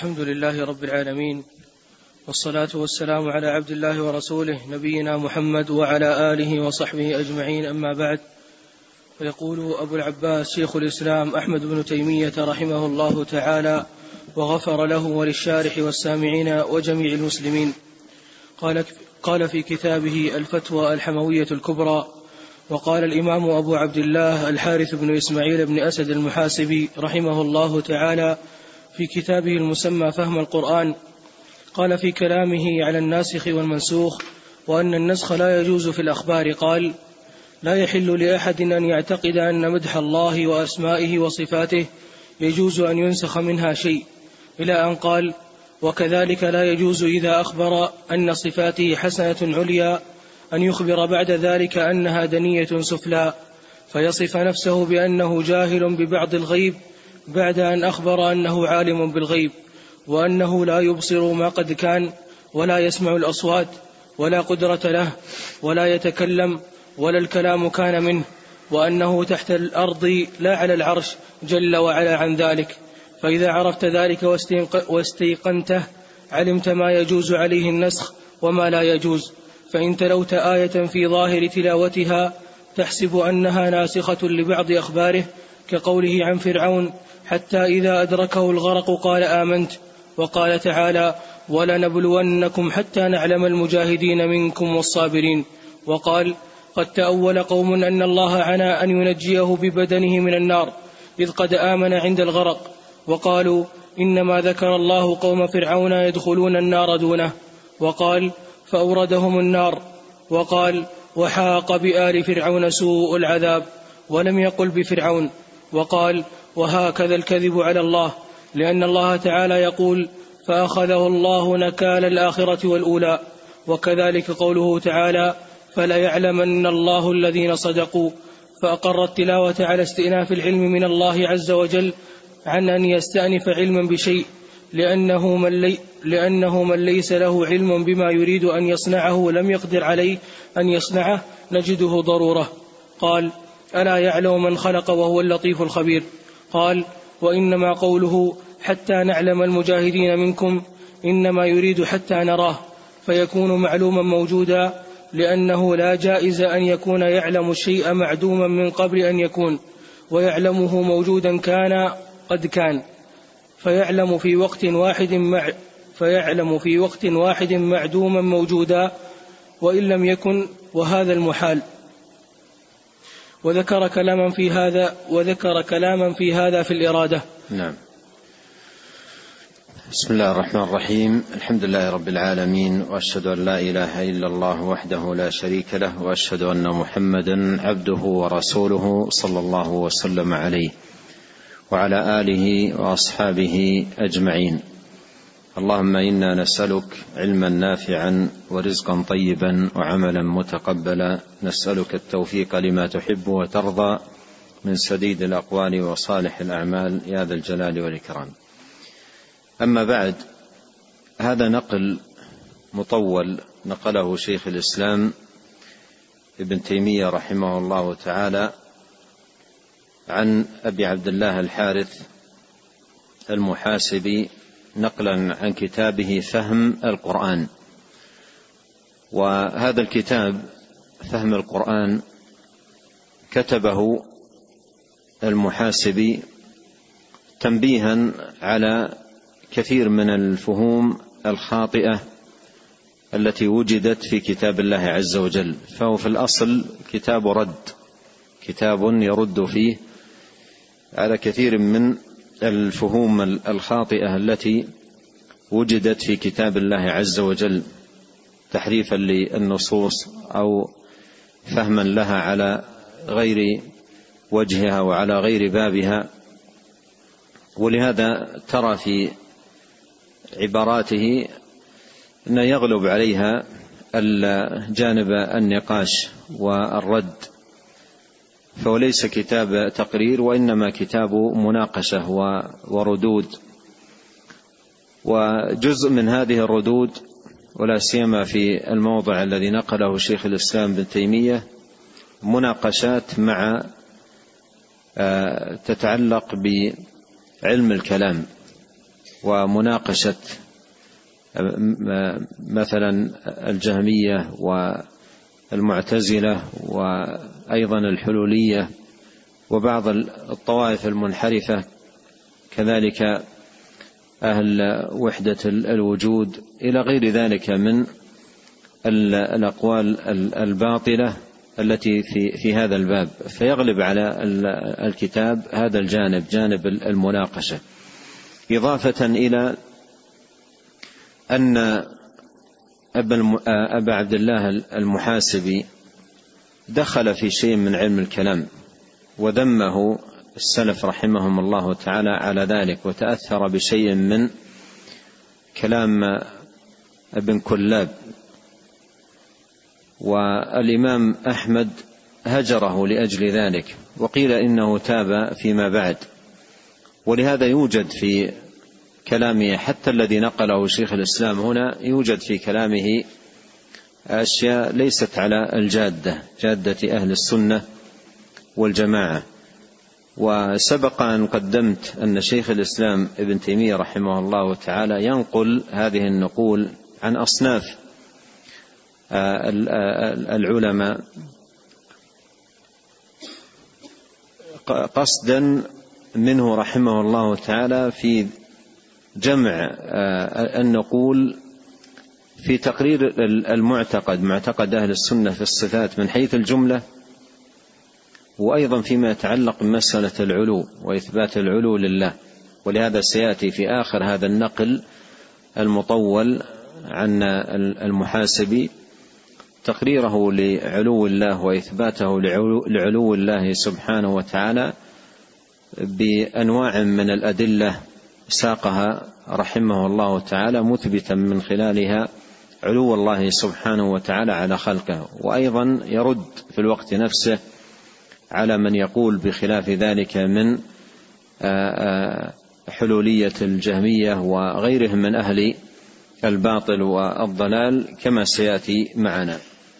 الحمد لله رب العالمين، والصلاة والسلام على عبد الله ورسوله نبينا محمد وعلى آله وصحبه أجمعين، أما بعد. فيقول أبو العباس شيخ الإسلام أحمد بن تيمية رحمه الله تعالى وغفر له وللشارح والسامعين وجميع المسلمين. قال في كتابه الفتوى الحموية الكبرى: وقال الإمام أبو عبد الله الحارث بن إسماعيل بن أسد المحاسبي رحمه الله تعالى في كتابه المسمى فهم القرآن، قال في كلامه على الناسخ والمنسوخ وأن النسخ لا يجوز في الأخبار، قال: لا يحل لأحد أن يعتقد أن مدح الله وأسمائه وصفاته يجوز أن ينسخ منها شيء، إلى أن قال: وكذلك لا يجوز إذا أخبر أن صفاته حسنة عليا أن يخبر بعد ذلك أنها دنية سفلى، فيصف نفسه بأنه جاهل ببعض الغيب بعد أن أخبر أنه عالم بالغيب، وأنه لا يبصر ما قد كان، ولا يسمع الأصوات، ولا قدرة له، ولا يتكلم، ولا الكلام كان منه، وأنه تحت الأرض لا على العرش جل وعلا عن ذلك. فإذا عرفت ذلك واستيقنته علمت ما يجوز عليه النسخ وما لا يجوز. فإن تلوت آية في ظاهر تلاوتها تحسب أنها ناسخة لبعض أخباره، كقوله عن فرعون: حتى إذا أدركه الغرق قال آمنت. وقال تعالى: ولنبلونكم حتى نعلم المجاهدين منكم والصابرين. وقال: قد تأول قوم أن الله عنى أن ينجيه ببدنه من النار إذ قد آمن عند الغرق، وقالوا إنما ذكر الله قوم فرعون يدخلون النار دونه. وقال: فأوردهم النار. وقال: وحاق بآل فرعون سوء العذاب، ولم يقل بفرعون. وقال: وهكذا الكذب على الله، لأن الله تعالى يقول: فأخذه الله نكال الآخرة والأولى. وكذلك قوله تعالى: فليعلمن الله الذين صدقوا. فأقر التلاوة على استئناف العلم من الله عز وجل عن أن يستأنف علما بشيء، لأنه من ليس له علم بما يريد أن يصنعه لم يقدر عليه أن يصنعه نجده ضرورة. قال: ألا يعلم من خلق وهو اللطيف الخبير. قال: وإنما قوله حتى نعلم المجاهدين منكم إنما يريد حتى نراه، فيكون معلوما موجودا، لأنه لا جائز أن يكون يعلم الشيء معدوما من قبل أن يكون، ويعلمه موجودا كان قد كان، فيعلم في وقت واحد معدوما موجودا وإن لم يكن، وهذا المحال. وذكر كلاما في هذا في الإرادة. نعم. بسم الله الرحمن الرحيم. الحمد لله رب العالمين، وأشهد أن لا إله إلا الله وحده لا شريك له، وأشهد أن محمدا عبده ورسوله صلى الله وسلم عليه وعلى آله وأصحابه أجمعين. اللهم إنا نسألك علما نافعا ورزقا طيبا وعملا متقبلا، نسألك التوفيق لما تحب وترضى من سديد الأقوال وصالح الأعمال يا ذا الجلال والإكرام. أما بعد، هذا نقل مطول نقله شيخ الإسلام ابن تيمية رحمه الله تعالى عن أبي عبد الله الحارث المحاسبي، نقلا عن كتابه فهم القرآن. وهذا الكتاب فهم القرآن كتبه المحاسبي تنبيها على كثير من الفهوم الخاطئة التي وجدت في كتاب الله عز وجل. فهو في الأصل كتاب يرد فيه على كثير من الفهوم الخاطئة التي وجدت في كتاب الله عز وجل، تحريفا للنصوص أو فهما لها على غير وجهها وعلى غير بابها. ولهذا ترى في عباراته أن يغلب عليها الجانب النقاش والرد، فهو ليس كتاب تقرير، وإنما كتاب مناقشة وردود. وجزء من هذه الردود، ولا سيما في الموضع الذي نقله شيخ الإسلام ابن تيمية، مناقشات مع تتعلق بعلم الكلام، ومناقشة مثلا الجهمية والمعتزلة وأيضا الحلولية وبعض الطوائف المنحرفة، كذلك أهل وحدة الوجود إلى غير ذلك من الأقوال الباطلة التي في هذا الباب، فيغلب على الكتاب هذا الجانب، جانب المناقشة، إضافة إلى أن أبا عبد الله المحاسبي دخل في شيء من علم الكلام وذمه السلف رحمهم الله تعالى على ذلك، وتأثر بشيء من كلام ابن كلاب، والإمام أحمد هجره لأجل ذلك، وقيل إنه تاب فيما بعد. ولهذا يوجد في كلامه حتى الذي نقله شيخ الإسلام هنا، يوجد في كلامه أشياء ليست على الجادة، جادة أهل السنة والجماعة. وسبق أن قدمت أن شيخ الإسلام ابن تيمية رحمه الله تعالى ينقل هذه النقول عن أصناف العلماء قصدا منه رحمه الله تعالى في جمع النقول في تقرير المعتقد، معتقد أهل السنة في الصفات من حيث الجملة، وأيضا فيما يتعلق بمسألة العلو وإثبات العلو لله. ولهذا سيأتي في آخر هذا النقل المطول عن المحاسبي تقريره لعلو الله وإثباته لعلو الله سبحانه وتعالى بأنواع من الأدلة ساقها رحمه الله تعالى، مثبتا من خلالها علو الله سبحانه وتعالى على خلقه، وأيضا يرد في الوقت نفسه على من يقول بخلاف ذلك من حلولية الجهمية وغيرهم من أهل الباطل والضلال كما سيأتي معنا.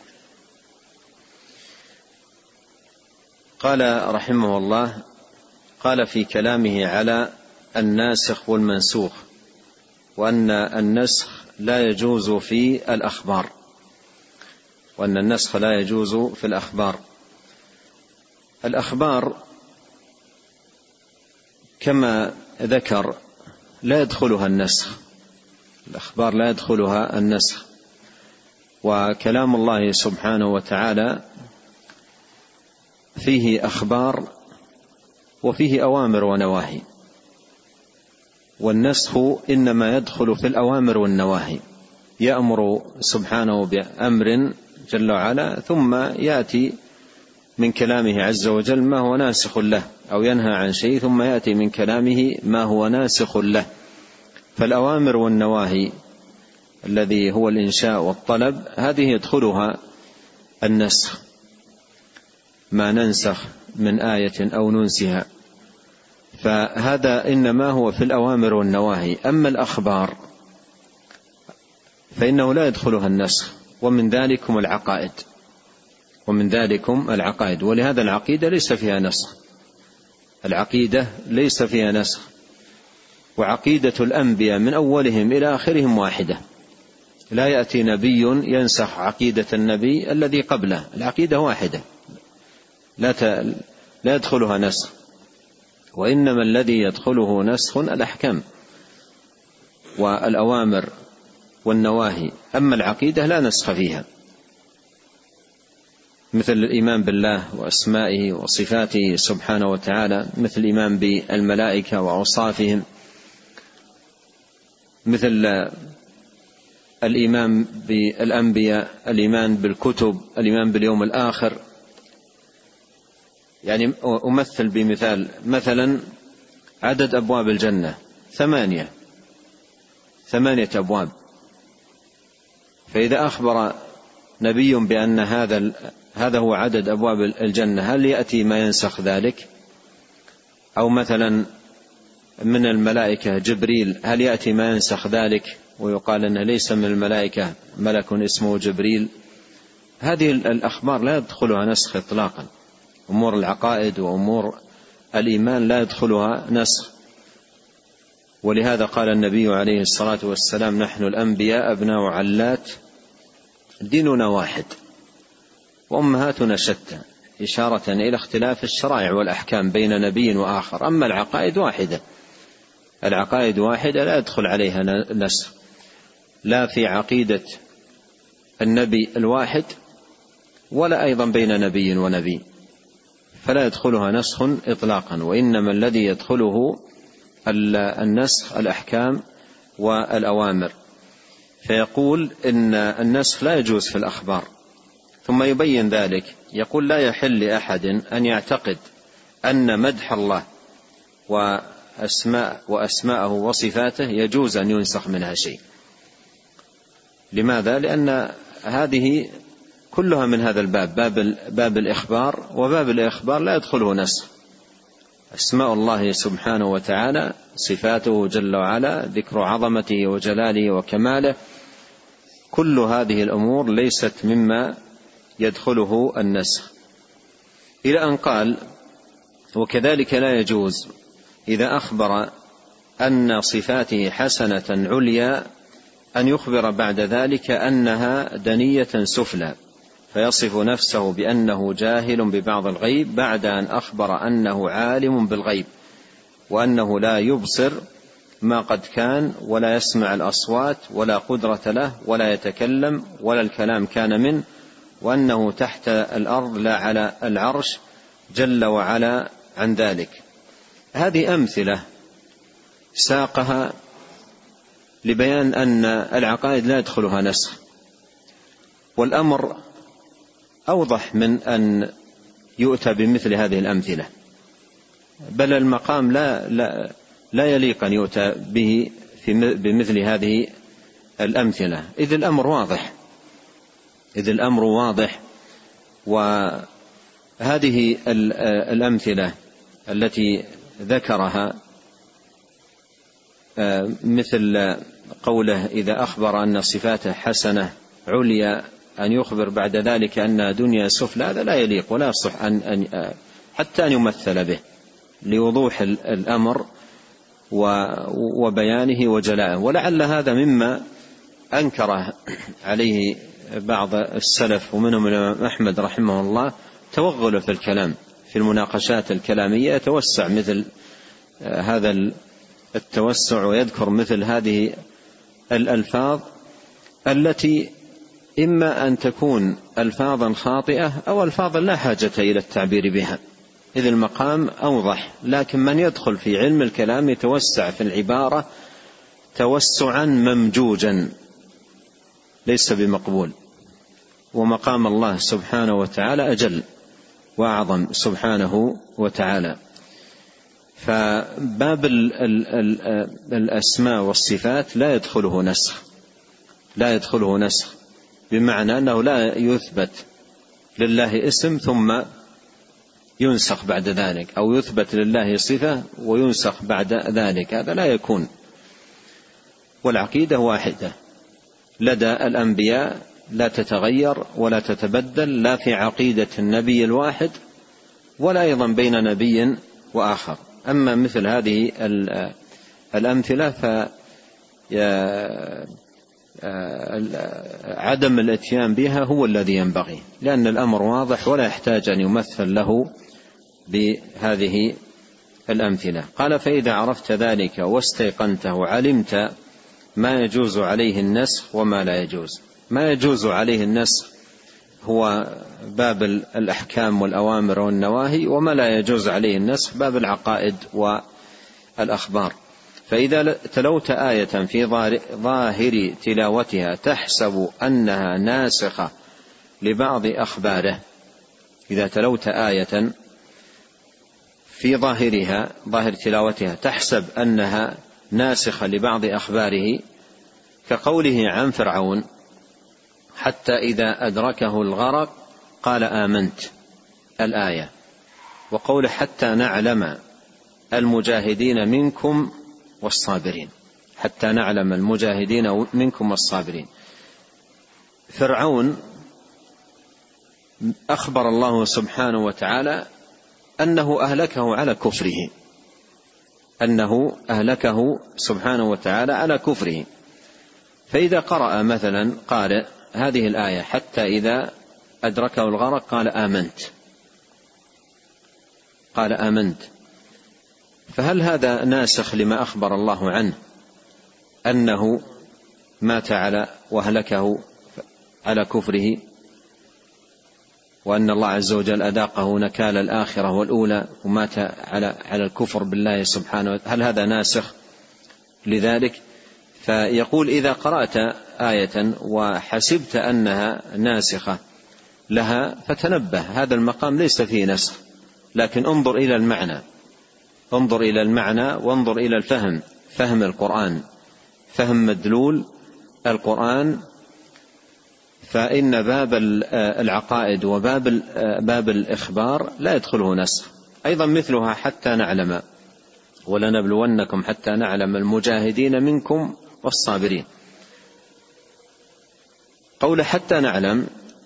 قال رحمه الله، قال في كلامه على الناسخ والمنسوخ، وأن النسخ لا يجوز في الأخبار، وأن النسخ لا يجوز في الأخبار. الأخبار كما ذكر لا يدخلها النسخ، الأخبار لا يدخلها النسخ، وكلام الله سبحانه وتعالى فيه أخبار وفيه أوامر ونواهي، والنسخ إنما يدخل في الأوامر والنواهي، يأمر سبحانه بأمر جل وعلا ثم يأتي من كلامه عز وجل ما هو ناسخ له، أو ينهى عن شيء ثم يأتي من كلامه ما هو ناسخ له. فالأوامر والنواهي الذي هو الإنشاء والطلب هذه يدخلها النسخ، ما ننسخ من آية أو ننسها، فهذا إنما هو في الأوامر والنواهي. أما الأخبار فإنه لا يدخلها النسخ، ومن ذلكم العقائد، ومن ذلكم العقائد. ولهذا العقيدة ليس فيها نسخ، العقيدة ليس فيها نسخ، وعقيدة الأنبياء من أولهم إلى آخرهم واحدة، لا يأتي نبي ينسخ عقيدة النبي الذي قبله، العقيدة واحدة لا يدخلها نسخ، وإنما الذي يدخله نسخ الأحكام والأوامر والنواهي، أما العقيدة لا نسخ فيها، مثل الإيمان بالله وأسمائه وصفاته سبحانه وتعالى، مثل الإيمان بالملائكة وأوصافهم، مثل الإيمان بالأنبياء، الإيمان بالكتب، الإيمان باليوم الآخر. يعني أمثل بمثال، مثلا عدد أبواب الجنة 8 أبواب، فإذا أخبر نبي بأن هذا هو عدد أبواب الجنة، هل يأتي ما ينسخ ذلك؟ أو مثلا من الملائكة جبريل، هل يأتي ما ينسخ ذلك ويقال أنه ليس من الملائكة ملك اسمه جبريل؟ هذه الأخبار لا يدخلها نسخ إطلاقا. أمور العقائد وأمور الإيمان لا يدخلها نسخ. ولهذا قال النبي عليه الصلاة والسلام: نحن الأنبياء أبناء علات، ديننا واحد وأمهاتنا شتى، إشارة إلى اختلاف الشرائع والأحكام بين نبي وآخر. أما العقائد واحدة، العقائد واحدة لا يدخل عليها نسخ، لا في عقيدة النبي الواحد ولا أيضا بين نبي ونبي، فلا يدخلها نسخ إطلاقا، وإنما الذي يدخله النسخ الأحكام والأوامر. فيقول إن النسخ لا يجوز في الأخبار، ثم يبين ذلك، يقول: لا يحل لأحد أن يعتقد أن مدح الله وأسماءه وصفاته يجوز أن ينسخ منها شيء. لماذا؟ لأن هذه كلها من هذا الباب، باب الإخبار، وباب الإخبار لا يدخله نسخ. أسماء الله سبحانه وتعالى، صفاته جل وعلا، ذكر عظمته وجلاله وكماله، كل هذه الأمور ليست مما يدخله النسخ. إلى أن قال: وكذلك لا يجوز إذا أخبر أن صفاته حسنة عليا أن يخبر بعد ذلك أنها دنية سفلى، فيصف نفسه بأنه جاهل ببعض الغيب بعد أن أخبر أنه عالم بالغيب، وأنه لا يبصر ما قد كان، ولا يسمع الأصوات، ولا قدرة له، ولا يتكلم، ولا الكلام كان منه، وأنه تحت الأرض لا على العرش جل وعلا عن ذلك. هذه أمثلة ساقها لبيان أن العقائد لا يدخلها نسخ، والأمر أوضح من أن يؤتى بمثل هذه الأمثلة، بل المقام لا يليق أن يؤتى به بمثل هذه الأمثلة، إذ الأمر واضح. وهذه الأمثلة التي ذكرها مثل قوله: إذا أخبر أن صفاته حسنة عليا أن يخبر بعد ذلك أنها دنيا سفلى، هذا لا يليق ولا يصح حتى أن يمثل به، لوضوح الأمر وبيانه وجلائه. ولعل هذا مما أنكره عليه بعض السلف، ومنهم الإمام أحمد رحمه الله، توغله في الكلام، في المناقشات الكلامية يتوسع مثل هذا التوسع، ويذكر مثل هذه الألفاظ التي إما أن تكون ألفاظا خاطئة أو ألفاظا لا حاجة إلى التعبير بها، إذ المقام أوضح. لكن من يدخل في علم الكلام يتوسع في العبارة توسعا ممجوجا ليس بمقبول، ومقام الله سبحانه وتعالى أجل وأعظم سبحانه وتعالى. فباب الأسماء والصفات لا يدخله نسخ، بمعنى أنه لا يثبت لله اسم ثم ينسخ بعد ذلك، أو يثبت لله صفة وينسخ بعد ذلك، هذا لا يكون. والعقيدة واحدة لدى الأنبياء، لا تتغير ولا تتبدل، لا في عقيدة النبي الواحد ولا أيضا بين نبي وآخر. أما مثل هذه الأمثلة عدم الاتيان بها هو الذي ينبغي، لأن الأمر واضح ولا يحتاج أن يمثل له بهذه الأمثلة. قال: فإذا عرفت ذلك واستيقنته علمت ما يجوز عليه النسخ وما لا يجوز. ما يجوز عليه النسخ هو باب الأحكام والأوامر والنواهي، وما لا يجوز عليه النسخ باب العقائد والأخبار. فإذا تلوت آية في ظاهر تلاوتها تحسب أنها ناسخة لبعض أخباره، إذا تلوت آية في ظاهر تلاوتها تحسب أنها ناسخة لبعض أخباره، كقوله عن فرعون: حتى إذا أدركه الغرق قال آمنت، الآية. وقوله: حتى نعلم المجاهدين منكم والصابرين، حتى نعلم المجاهدين منكم والصابرين. فرعون أخبر الله سبحانه وتعالى أنه أهلكه على كفره، أنه أهلكه سبحانه وتعالى على كفره. فإذا قرأ مثلا قارئ هذه الآية حتى إذا أدركه الغرق قال آمنت، فهل هذا ناسخ لما أخبر الله عنه أنه مات على وهلكه على كفره، وأن الله عز وجل أذاقه نكال الآخرة والأولى ومات على الكفر بالله سبحانه؟ هل هذا ناسخ لذلك؟ فيقول إذا قرأت آية وحسبت أنها ناسخة لها فتنبه، هذا المقام ليس فيه نسخ، لكن انظر إلى المعنى وانظر إلى الفهم، فهم القرآن، فهم مدلول القرآن. فإن باب العقائد وباب الإخبار لا يدخله نسخ. أيضا مثلها حتى نعلم ولنبلونكم حتى نعلم المجاهدين منكم والصابرين. قول حتى نعلم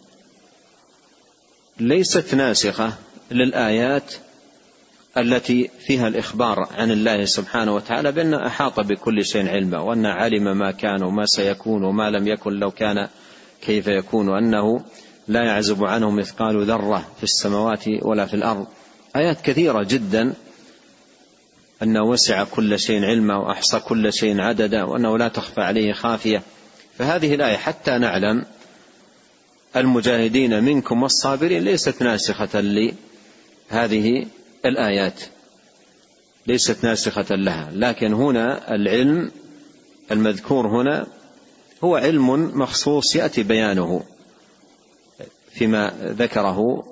ليست ناسخة للآيات التي فيها الإخبار عن الله سبحانه وتعالى بأنه أحاط بكل شيء علما، وأنه علم ما كان وما سيكون وما لم يكن لو كان كيف يكون، وأنه لا يعزب عنه مثقال ذرة في السماوات ولا في الأرض. آيات كثيرة جدا، أنه وسع كل شيء علما وأحصى كل شيء عددا وأنه لا تخفى عليه خافية. فهذه الآية حتى نعلم المجاهدين منكم والصابرين ليست ناسخة لهذه الآيات، ليست ناسخة لها. لكن هنا العلم المذكور هنا هو علم مخصوص يأتي بيانه فيما ذكره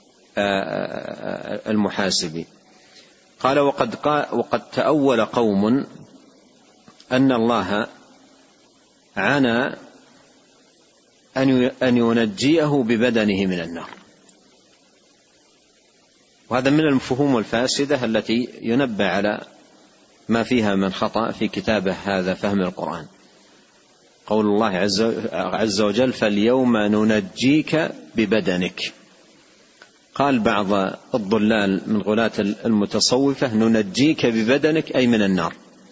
المحاسبي. قال وقد تأول قوم أن الله عنى أن ينجيه ببدنه من النار، وهذا من المفهوم الفاسدة التي ينبه على ما فيها من خطأ في كتابه هذا فهم القرآن. قول الله عز وجل فاليوم ننجيك ببدنك. قال بعض الضلال من غلاة المتصوفة ننجيك ببدنك أي من النار،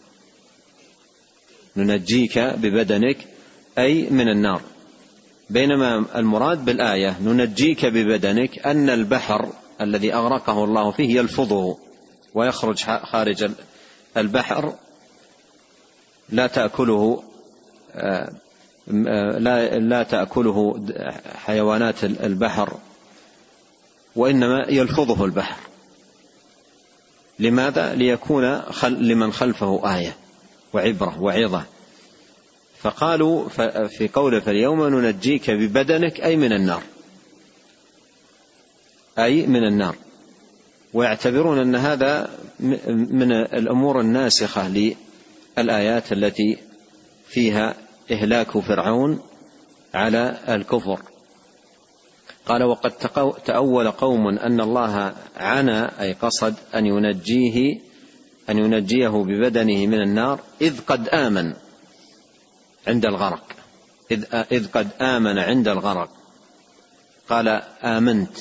ننجيك ببدنك أي من النار، بينما المراد بالآية ننجيك ببدنك أن البحر الذي أغرقه الله فيه يلفظه ويخرج خارج البحر، لا تأكله حيوانات البحر، وإنما يلفظه البحر. لماذا؟ ليكون لمن خلفه آية وعبرة وعظة. فقالوا في قوله فاليوم ننجيك ببدنك أي من النار، أي من النار، ويعتبرون أن هذا من الأمور الناسخة للآيات التي فيها إهلاك فرعون على الكفر. قال وقد تأول قوم أن الله عنى أي قصد أن ينجيه ببدنه من النار إذ قد آمن عند الغرق، إذ قد آمن عند الغرق. قال آمنت،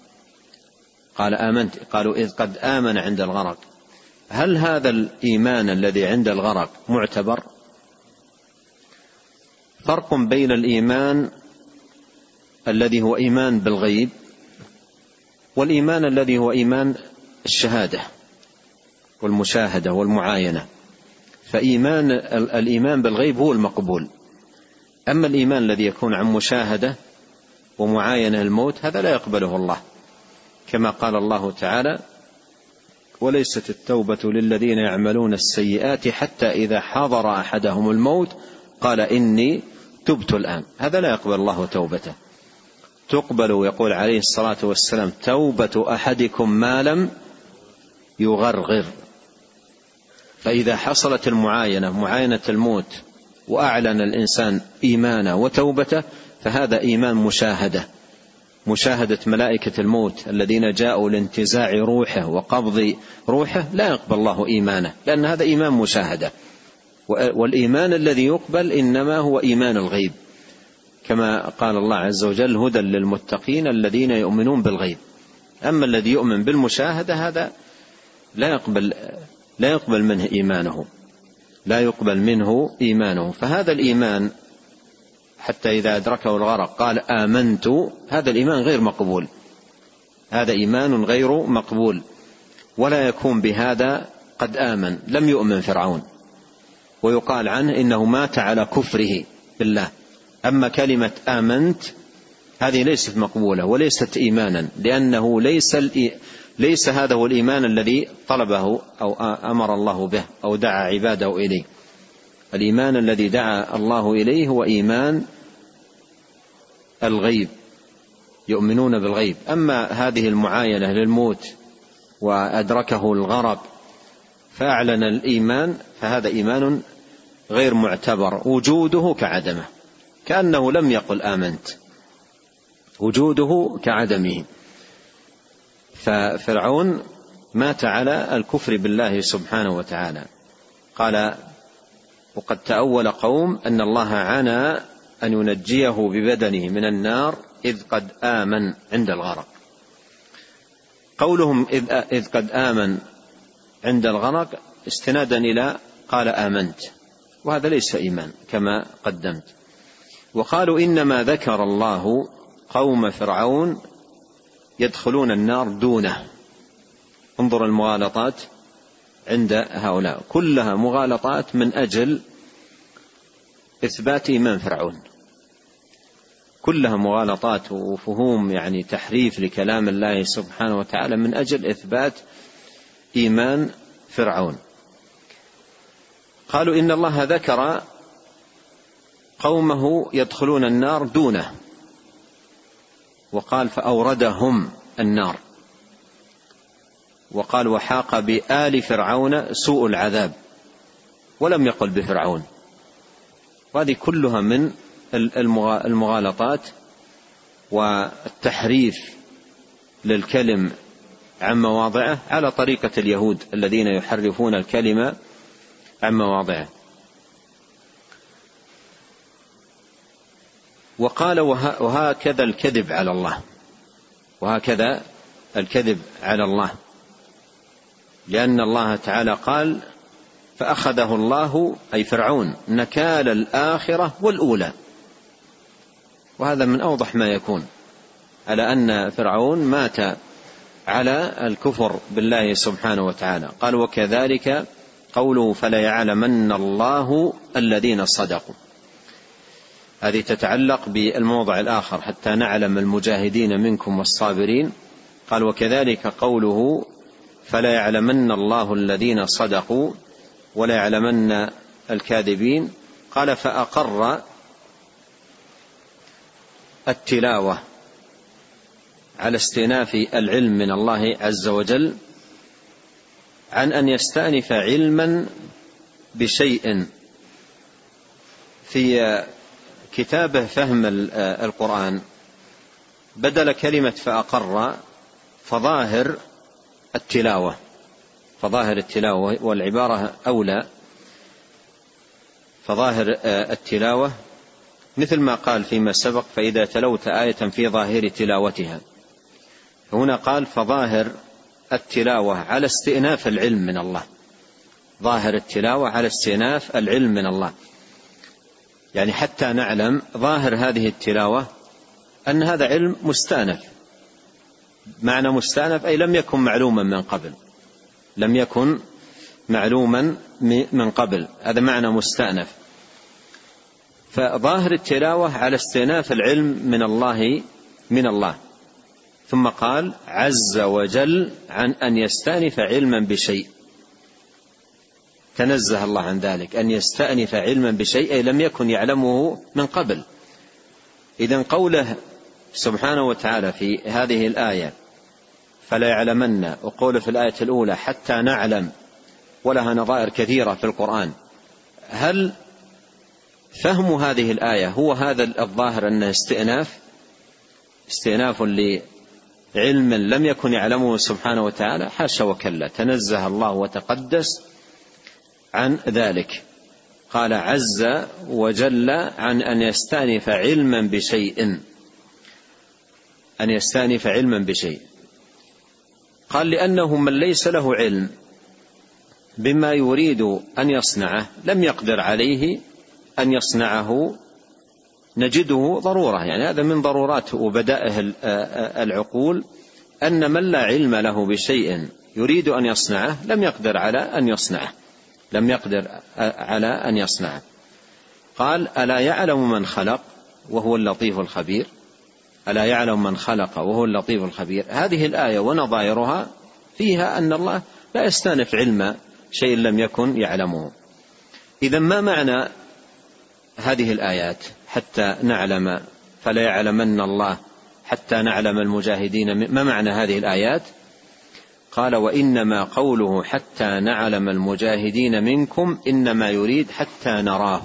قالوا إذ قد آمن عند الغرق. هل هذا الإيمان الذي عند الغرق معتبر؟ فرق بين الإيمان الذي هو إيمان بالغيب والإيمان الذي هو إيمان الشهادة والمشاهدة والمعاينة. فإيمان الإيمان بالغيب هو المقبول، أما الإيمان الذي يكون عن مشاهدة ومعاينة الموت هذا لا يقبله الله، كما قال الله تعالى وليست التوبة للذين يعملون السيئات حتى إذا حضر أحدهم الموت قال إني تبت الآن. هذا لا يقبل الله توبته. تقبل يقول عليه الصلاة والسلام توبة أحدكم ما لم يغرغر. فإذا حصلت معاينة الموت وأعلن الإنسان إيمانه وتوبته فهذا إيمان مشاهدة ملائكة الموت الذين جاءوا لانتزاع روحه وقبض روحه، لا يقبل الله إيمانه، لأن هذا إيمان مشاهدة. والإيمان الذي يقبل إنما هو إيمان الغيب، كما قال الله عز وجل هدى للمتقين الذين يؤمنون بالغيب. أما الذي يؤمن بالمشاهدة هذا لا يقبل لا يقبل منه إيمانه. فهذا الإيمان حتى إذا أدركه الغرق قال آمنت، هذا الإيمان غير مقبول، هذا إيمان غير مقبول، ولا يكون بهذا قد آمن. لم يؤمن فرعون، ويقال عنه إنه مات على كفره بالله. أما كلمة آمنت هذه ليست مقبولة وليست إيمانا، لأنه ليس هذا هو الإيمان الذي طلبه أو أمر الله به أو دعا عباده إليه. الإيمان الذي دعا الله إليه هو إيمان الغيب، يؤمنون بالغيب. أما هذه المعاينة للموت وأدركه الغرق فأعلن الإيمان، فهذا إيمان غير معتبر، وجوده كعدمه، كأنه لم يقل آمنت، وجوده كعدمه. ففرعون مات على الكفر بالله سبحانه وتعالى. قال: وقد تأول قوم أن الله عنى أن ينجيه ببدنه من النار إذ قد آمن عند الغرق. قولهم إذ قد آمن عند الغرق استنادا إلى قال آمنت، وهذا ليس إيمان كما قدمت. وقالوا إنما ذكر الله قوم فرعون يدخلون النار دونه. انظر المغالطات عند هؤلاء، كلها مغالطات من أجل إثبات إيمان فرعون، كلها مغالطات وفهوم يعني تحريف لكلام الله سبحانه وتعالى من أجل إثبات إيمان فرعون. قالوا إن الله ذكر قومه يدخلون النار دونه، وقال فأوردهم النار، وقال وحاق بآل فرعون سوء العذاب، ولم يقل بفرعون. وهذه كلها من المغالطات والتحريف للكلم عن مواضعه على طريقة اليهود الذين يحرفون الكلمة عن مواضعه. وقال وهكذا الكذب على الله، وهكذا الكذب على الله، لأن الله تعالى قال فأخذه الله أي فرعون نكال الآخرة والأولى. وهذا من أوضح ما يكون على أن فرعون مات على الكفر بالله سبحانه وتعالى. قال وكذلك قوله فلا يعلمن الله الذين صدقوا، هذه تتعلق بالموضع الآخر حتى نعلم المجاهدين منكم والصابرين. قال وكذلك قوله فلا يعلمن الله الذين صدقوا ولا يعلمن الكاذبين. قال فأقر التلاوة على استئناف العلم من الله عز وجل عن أن يستأنف علما بشيء. في كتابه فهم القرآن بدل كلمة فأقر فظاهر التلاوة، والعبارة أولى، فظاهر التلاوة مثل ما قال فيما سبق فإذا تلوت آية في ظاهر تلاوتها. هنا قال فظاهر التلاوة على استئناف العلم من الله، ظاهر التلاوة على استئناف العلم من الله، يعني حتى نعلم ظاهر هذه التلاوة أن هذا علم مستأنف. معنى مستأنف أي لم يكن معلوما من قبل، لم يكن معلوما من قبل، هذا معنى مستأنف. فظاهر التلاوة على استئناف العلم من الله. ثم قال عز وجل عن أن يستأنف علما بشيء، تنزه الله عن ذلك، أن يستأنف علما بشيء أي لم يكن يعلمه من قبل. إذن قوله سبحانه وتعالى في هذه الآية فلا يعلمن، وقوله في الآية الأولى حتى نعلم، ولها نظائر كثيرة في القرآن، هل فهم هذه الآية هو هذا الظاهر أنه استئناف لعلم لم يكن يعلمه سبحانه وتعالى؟ حاشا وكلا، تنزه الله وتقدس عن ذلك. قال عز وجل عن أن يستأنف علما بشيء، أن يستأنف علما بشيء. قال لأنه من ليس له علم بما يريد أن يصنعه لم يقدر عليه أن يصنعه نجده ضرورة. يعني هذا من ضرورات وبدائه العقول، أن من لا علم له بشيء يريد أن يصنعه لم يقدر على أن يصنعه. قال: ألا يعلم من خلق وهو اللطيف الخبير. ألا يعلم من خلق وهو اللطيف الخبير. هذه الآية ونظائرها فيها أن الله لا يستأنف علم شيء لم يكن يعلمه. إذن ما معنى هذه الآيات؟ حتى نعلم فلا يعلمن الله حتى نعلم المجاهدين. ما معنى هذه الآيات؟ قال: وإنما قوله حتى نعلم المجاهدين منكم إنما يريد حتى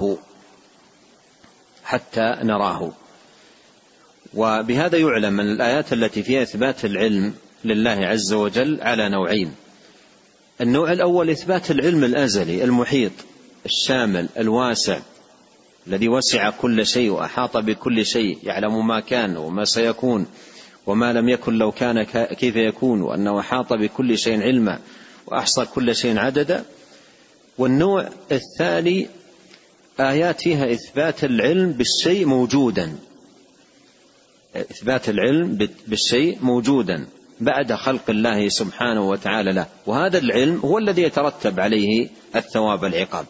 نراه. وبهذا يعلم أن الآيات التي فيها إثبات العلم لله عز وجل على نوعين. النوع الأول إثبات العلم الأزلي المحيط الشامل الواسع الذي وسع كل شيء وأحاط بكل شيء، يعلم ما كان وما سيكون وما لم يكن لو كان كيف يكون، وأنه أحاط بكل شيء علما وأحصى كل شيء عددا. والنوع الثاني آيات فيها إثبات العلم بالشيء موجودا، إثبات العلم بالشيء موجودا بعد خلق الله سبحانه وتعالى له، وهذا العلم هو الذي يترتب عليه الثواب والعقاب.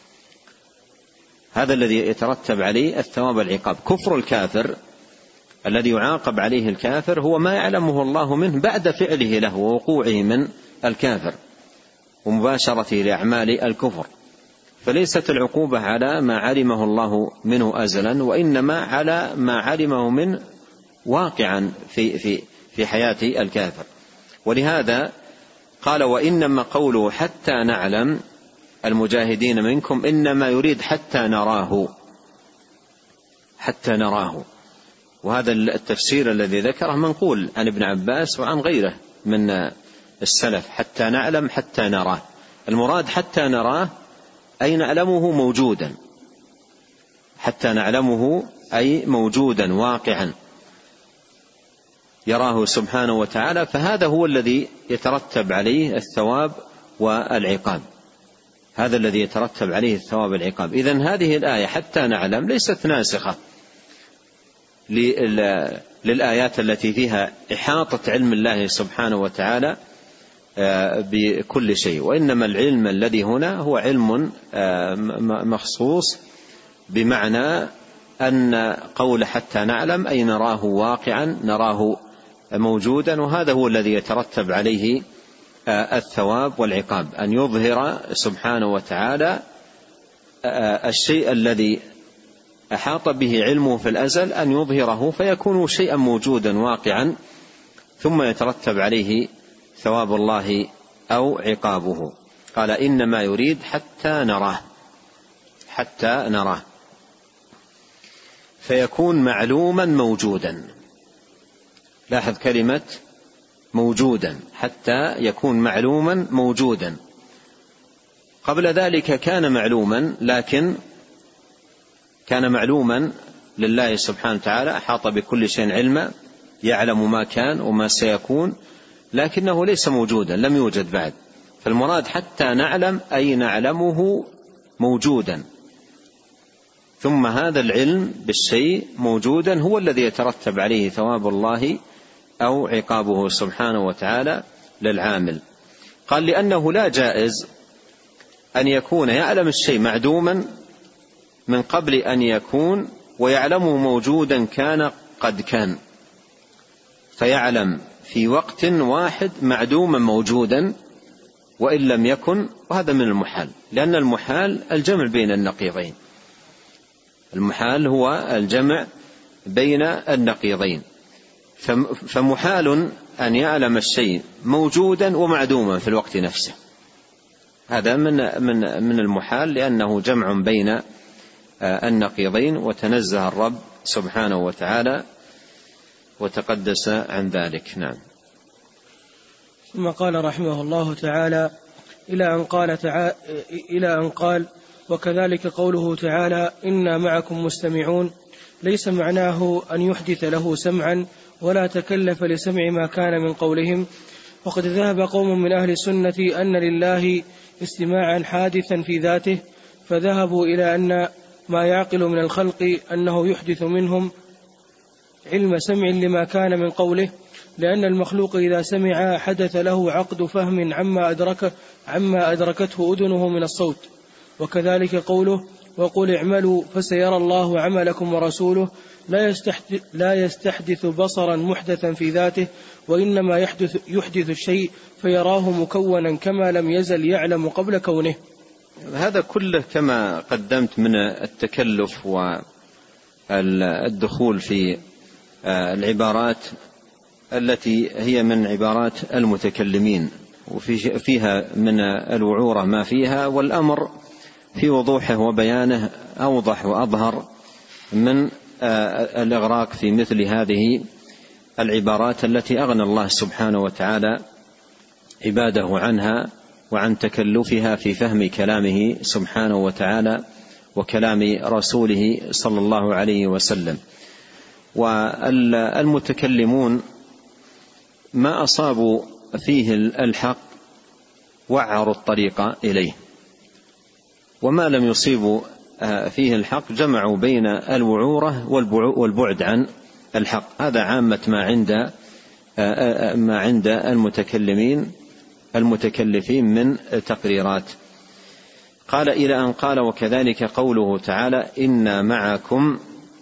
هذا الذي يترتب عليه الثواب والعقاب. كفر الكافر الذي يعاقب عليه الكافر هو ما يعلمه الله منه بعد فعله له ووقوعه من الكافر ومباشرته لأعمال الكفر. فليست العقوبة على ما علمه الله منه أزلا، وإنما على ما علمه منه واقعا في حياة الكافر. ولهذا قال: وإنما قوله حتى نعلم المجاهدين منكم إنما يريد حتى نراه. وهذا التفسير الذي ذكره منقول عن ابن عباس وعن غيره من السلف، حتى نعلم حتى نراه. المراد حتى نراه أي نعلمه موجودا، حتى نعلمه أي موجودا واقعا يراه سبحانه وتعالى، فهذا هو الذي يترتب عليه الثواب والعقاب. هذا الذي يترتب عليه الثواب والعقاب. إذن هذه الآية حتى نعلم ليست ناسخة للآيات التي فيها إحاطة علم الله سبحانه وتعالى بكل شيء، وإنما العلم الذي هنا هو علم مخصوص، بمعنى أن قول حتى نعلم أي نراه واقعا، نراه موجودا، وهذا هو الذي يترتب عليه الثواب والعقاب، أن يظهر سبحانه وتعالى الشيء الذي أحاط به علمه في الأزل، أن يظهره فيكون شيئا موجودا واقعا، ثم يترتب عليه ثواب الله أو عقابه. قال: إنما يريد حتى نراه فيكون معلوما موجودا. لاحظ كلمة موجودا، حتى يكون معلوما موجودا. قبل ذلك كان معلوما، لكن كان معلوما لله سبحانه وتعالى، أحاط بكل شيء علما، يعلم ما كان وما سيكون، لكنه ليس موجودا، لم يوجد بعد. فالمراد حتى نعلم أي نعلمه موجودا، ثم هذا العلم بالشيء موجودا هو الذي يترتب عليه ثواب الله أو عقابه سبحانه وتعالى للعامل. قال: لأنه لا جائز أن يكون يعلم الشيء معدوما من قبل أن يكون، ويعلمه موجودا كان قد كان، فيعلم في وقت واحد معدوما موجودا وإن لم يكن، وهذا من المحال، لأن المحال الجمع بين النقيضين. المحال هو الجمع بين النقيضين، فمحال أن يعلم الشيء موجودا ومعدوما في الوقت نفسه، هذا من المحال، لأنه جمع بين النقيضين، وتنزه الرب سبحانه وتعالى وتقدس عن ذلك. نعم. ثم قال رحمه الله تعالى: إلى أن قال: وكذلك قوله تعالى: إنا معكم مستمعون، ليس معناه أن يحدث له سمعا ولا تكلف لسمع ما كان من قولهم. وقد ذهب قوم من أهل السنة أن لله استماعا حادثا في ذاته، فذهبوا إلى أن ما يعقل من الخلق أنه يحدث منهم علم سمع لما كان من قوله، لأن المخلوق إذا سمع حدث له عقد فهم عما أدركته أذنه من الصوت. وكذلك قوله وقل اعملوا فسيرى الله عملكم ورسوله لا يستحدث بصرا محدثا في ذاته، وإنما يحدث الشيء فيراه مكونا كما لم يزل يعلم قبل كونه. هذا كله كما قدمت من التكلف والدخول في العبارات التي هي من عبارات المتكلمين، وفيها من الوعورة ما فيها، والأمر في وضوحه وبيانه أوضح وأظهر من الإغراق في مثل هذه العبارات التي أغنى الله سبحانه وتعالى عباده عنها وعن تكلفها في فهم كلامه سبحانه وتعالى وكلام رسوله صلى الله عليه وسلم. والمتكلمون ما أصابوا فيه الحق وعروا الطريق إليه، وما لم يصيبوا فيه الحق جمعوا بين الوعورة والبعد عن الحق. هذا عامة ما عند المتكلفين من تقريرات. قال إلى أن قال وكذلك قوله تعالى إنا معكم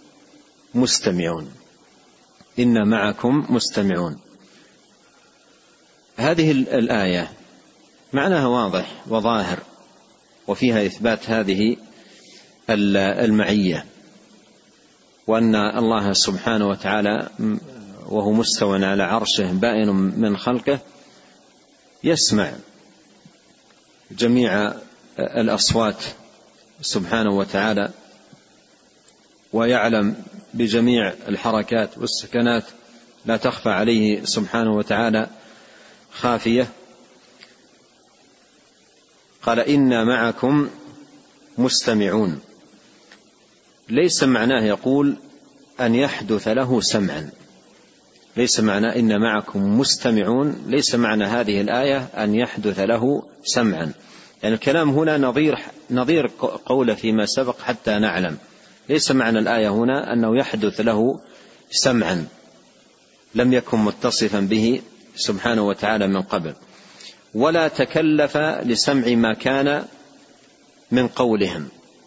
مستمعون. هذه الآية معناها واضح وظاهر، وفيها إثبات هذه المعية، وأن الله سبحانه وتعالى وهو مستو على عرشه بائن من خلقه يسمع جميع الأصوات سبحانه وتعالى، ويعلم بجميع الحركات والسكنات، لا تخفى عليه سبحانه وتعالى خافية. قال إنا معكم مستمعون، ليس معناه يقول أن يحدث له سمعا، ليس معنى إن معكم مستمعون، ليس معنى هذه الآية أن يحدث له سمعا، يعني الكلام هنا نظير قوله فيما سبق حتى نعلم. ليس معنى الآية هنا أنه يحدث له سمعا لم يكن متصفا به سبحانه وتعالى من قبل، ولا تكلف لسمع ما كان من قولهم.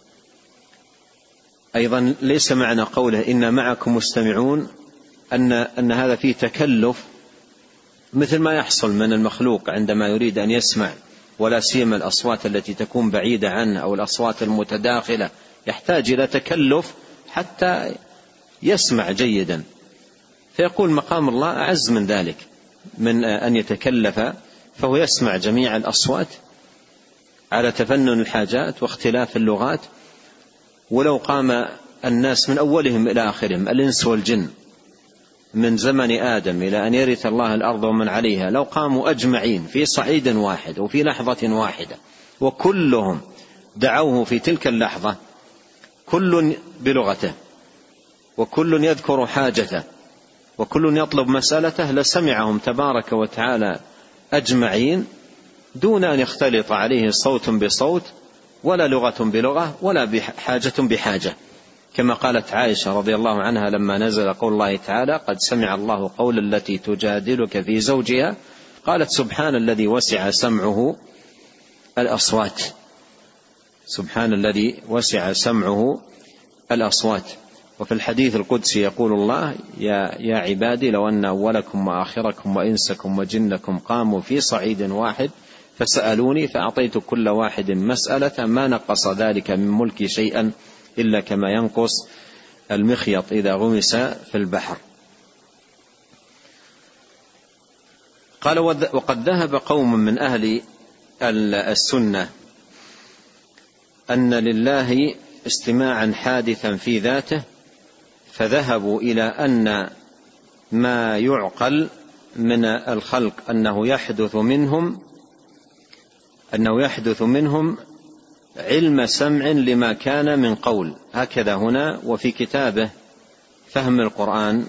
أيضا ليس معنى قوله إن معكم مستمعون أن هذا فيه تكلف مثل ما يحصل من المخلوق عندما يريد أن يسمع، ولا سيما الأصوات التي تكون بعيدة عنه أو الأصوات المتداخلة، يحتاج إلى تكلف حتى يسمع جيدا، فيقول مقام الله أعز من ذلك من أن يتكلف، فهو يسمع جميع الأصوات على تفنن الحاجات واختلاف اللغات. ولو قام الناس من أولهم إلى آخرهم الإنس والجن من زمن آدم إلى أن يرث الله الأرض ومن عليها، لو قاموا أجمعين في صعيد واحد وفي لحظة واحدة وكلهم دعوه في تلك اللحظة، كل بلغته وكل يذكر حاجته وكل يطلب مسألته، لسمعهم تبارك وتعالى أجمعين دون أن يختلط عليه صوت بصوت ولا لغة بلغة ولا حاجة بحاجة، كما قالت عائشة رضي الله عنها لما نزل قول الله تعالى قد سمع الله قول التي تجادلك في زوجها، قالت سبحان الذي وسع سمعه الأصوات، سبحان الذي وسع سمعه الأصوات. وفي الحديث القدسي يقول الله يا عبادي لو أن أولكم وآخركم وإنسكم وجنكم قاموا في صعيد واحد فسألوني فأعطيت كل واحد مسألة ما نقص ذلك من ملكي شيئا إلا كما ينقص المخيط إذا غمس في البحر. قال وقد ذهب قوم من أهل السنة أن لله استماعا حادثا في ذاته، فذهبوا إلى أن ما يعقل من الخلق أنه يحدث منهم علم سمع لما كان من قول، هكذا هنا وفي كتابه فهم القرآن،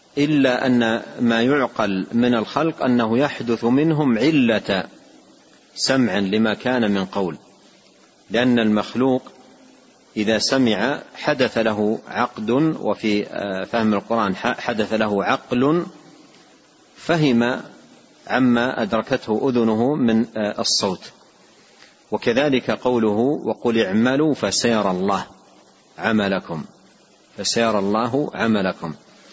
إلا أن ما يعقل من الخلق أنه يحدث منهم علة سمعا لما كان من قول، لأن المخلوق إذا سمع حدث له عقد، وفي فهم القرآن حدث له عقل فهم عما أدركته أذنه من الصوت. وكذلك قوله وقل اعملوا فسيرى الله عملكم، فسيرى الله عملكم.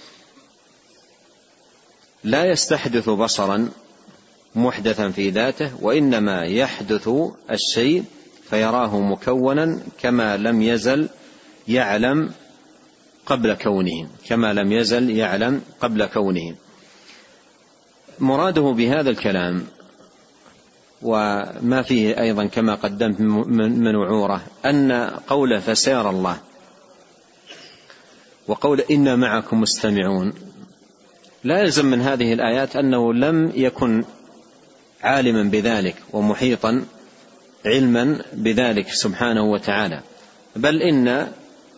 لا يستحدث بصرا محدثا في ذاته، وإنما يحدث الشيء فيراه مكونا كما لم يزل يعلم قبل كونه، كما لم يزل يعلم قبل كونه. مراده بهذا الكلام وما فيه أيضا كما قدمت من وعورة أن قوله فسيرى الله وقول إنا معكم مستمعون لا يلزم من هذه الآيات أنه لم يكن عالما بذلك ومحيطا علما بذلك سبحانه وتعالى، بل إن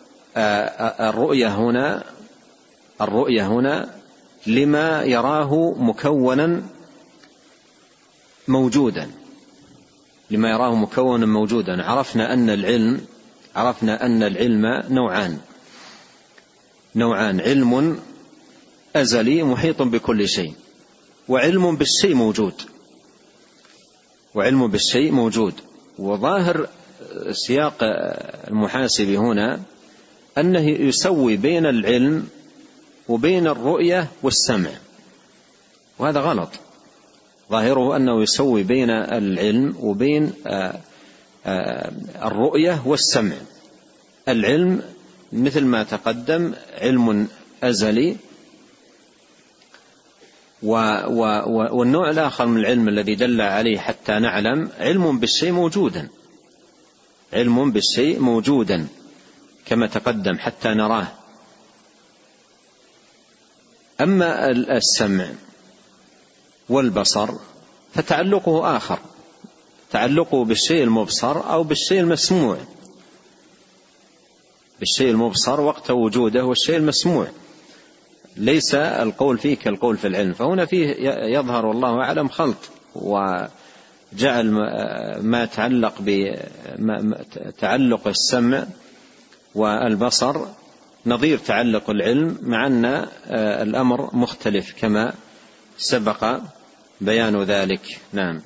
الرؤية هنا لما يراه مكونا موجودا، لما يراه مكونا موجودا. عرفنا أن العلم نوعان، علم أزلي محيط بكل شيء، وعلم بالشيء موجود. وظاهر سياق المحاسب هنا أنه يسوي بين العلم وبين الرؤية والسمع، وهذا غلط. ظاهره أنه يسوي بين العلم وبين الرؤية والسمع. العلم مثل ما تقدم علم أزلي، والنوع الآخر من العلم الذي دل عليه حتى نعلم علم بالشيء موجودا كما تقدم حتى نراه. أما السمع والبصر فتعلقه آخر، تعلقه بالشيء المبصر أو بالشيء المسموع، بالشيء المبصر وقت وجوده والشيء المسموع، ليس القول فيه كالقول في العلم. فهنا فيه يظهر والله أعلم خلط، وجعل ما يتعلق بتعلق السمع والبصر نظير تعلق العلم، مع أن الأمر مختلف كما سبق بيان ذلك. نعم.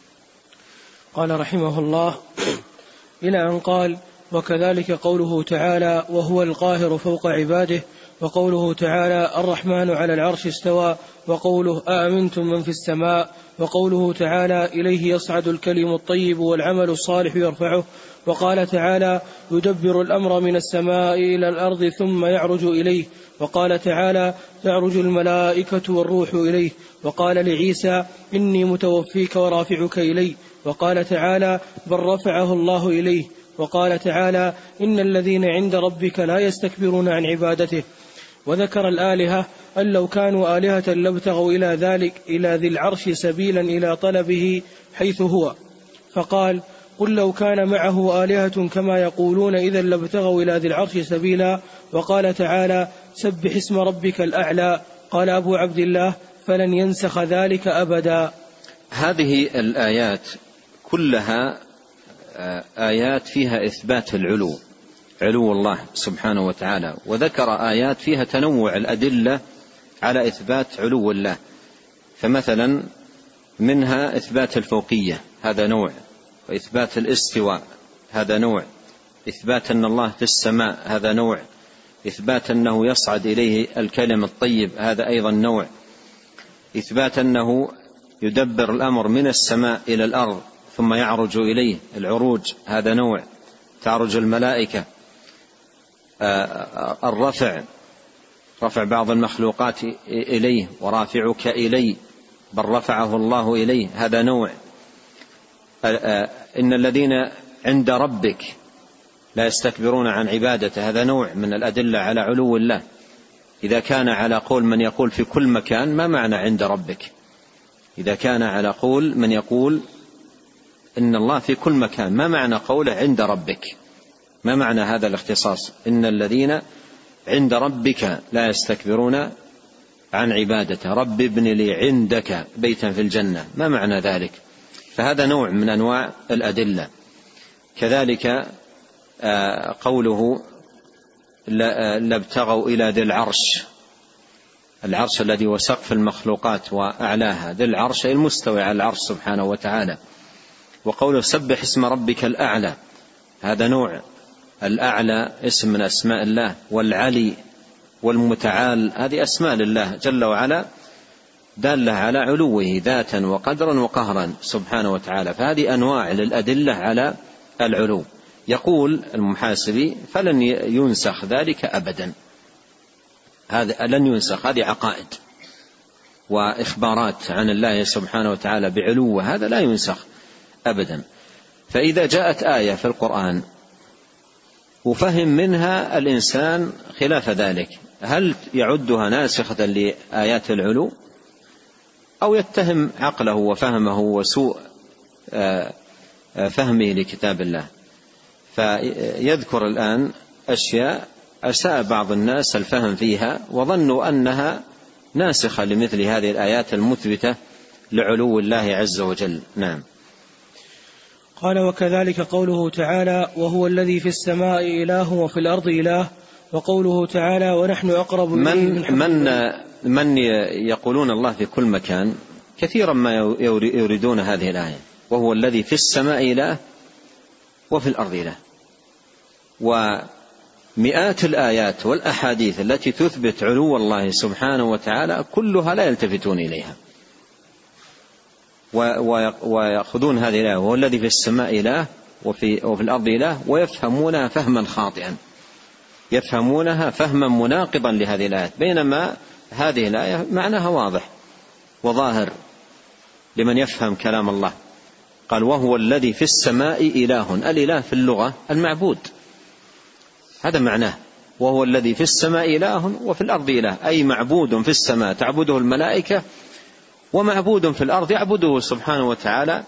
قال رحمه الله إلى أن قال وكذلك قوله تعالى وهو القاهر فوق عباده، وقوله تعالى الرحمن على العرش استوى، وقوله أأمنتم من في السماء، وقوله تعالى إليه يصعد الكلم الطيب والعمل الصالح يرفعه، وقال تعالى يدبر الأمر من السماء إلى الأرض ثم يعرج إليه، وقال تعالى تعرج الملائكة والروح إليه، وقال لعيسى إني متوفيك ورافعك إلي، وقال تعالى بل رفعه الله إليه، وقال تعالى إن الذين عند ربك لا يستكبرون عن عبادته. وذكر الآلهة أن لو كانوا آلهة لابتغوا إلى ذي العرش سبيلا إلى طلبه حيث هو، فقال قل لو كان معه آلهة كما يقولون إذا لابتغوا إلى ذي العرش سبيلا. وقال تعالى سبح اسم ربك الأعلى. قال أبو عبد الله فلن ينسخ ذلك أبدا. هذه الآيات كلها آيات فيها إثبات علو الله سبحانه وتعالى، وذكر آيات فيها تنوع الأدلة على إثبات علو الله. فمثلا منها إثبات الفوقية، هذا نوع، وإثبات الاستواء هذا نوع، إثبات أن الله في السماء هذا نوع، إثبات أنه يصعد إليه الكلم الطيب هذا أيضا نوع، إثبات أنه يدبر الأمر من السماء إلى الأرض ثم يعرج إليه العروج هذا نوع، تعرج الملائكة، رفع بعض المخلوقات إليه ورافعك إليه بل رفعه الله إليه هذا نوع، إن الذين عند ربك لا يستكبرون عن عبادته هذا نوع من الأدلة على علو الله. إذا كان على قول من يقول في كل مكان ما معنى عند ربك؟ إذا كان على قول من يقول إن الله في كل مكان ما معنى قوله عند ربك؟ ما معنى هذا الاختصاص إن الذين عند ربك لا يستكبرون عن عبادته؟ رب ابن لي عندك بيتا في الجنة، ما معنى ذلك؟ فهذا نوع من أنواع الأدلة. كذلك قوله لابتغوا إلى ذي العرش، العرش الذي هو سقف المخلوقات وأعلاها، ذي العرش المستوي على العرش سبحانه وتعالى. وقوله سبح اسم ربك الأعلى، هذا نوع. الأعلى اسم من أسماء الله، والعلي والمتعال هذه أسماء لله جل وعلا دالة على علوه ذاتا وقدرا وقهرا سبحانه وتعالى. فهذه أنواع للأدلة على العلو. يقول المحاسبي فلن ينسخ ذلك أبدا، هذا لن ينسخ، هذه عقائد وإخبارات عن الله سبحانه وتعالى بعلوه، هذا لا ينسخ أبدا. فإذا جاءت آية في القرآن وفهم منها الإنسان خلاف ذلك، هل يعدها ناسخة لآيات العلو أو يتهم عقله وفهمه وسوء فهمه لكتاب الله؟ فيذكر الآن أشياء أساء بعض الناس الفهم فيها وظنوا أنها ناسخة لمثل هذه الآيات المثبتة لعلو الله عز وجل. نعم. قال وكذلك قوله تعالى وهو الذي في السماء إله وفي الأرض إله، وقوله تعالى ونحن أقرب إليه من يقولون الله في كل مكان كثيرا ما يريدون هذه الآية، وهو الذي في السماء إله وفي الأرض إله. ومئات الآيات والأحاديث التي تثبت علو الله سبحانه وتعالى كلها لا يلتفتون إليها ويأخذون هذه الآية وهو الذي في السماء إله وفي الأرض إله، ويفهمونها فهما خاطئا، يفهمونها فهما مناقضا لهذه الآية، بينما هذه الآية معناها واضح وظاهر لمن يفهم كلام الله. قال وهو الذي في السماء إله، الإله في اللغة المعبود، هذا معناه، وهو الذي في السماء إله وفي الأرض إله، أي معبود في السماء تعبده الملائكة، ومعبود في الأرض يعبده سبحانه وتعالى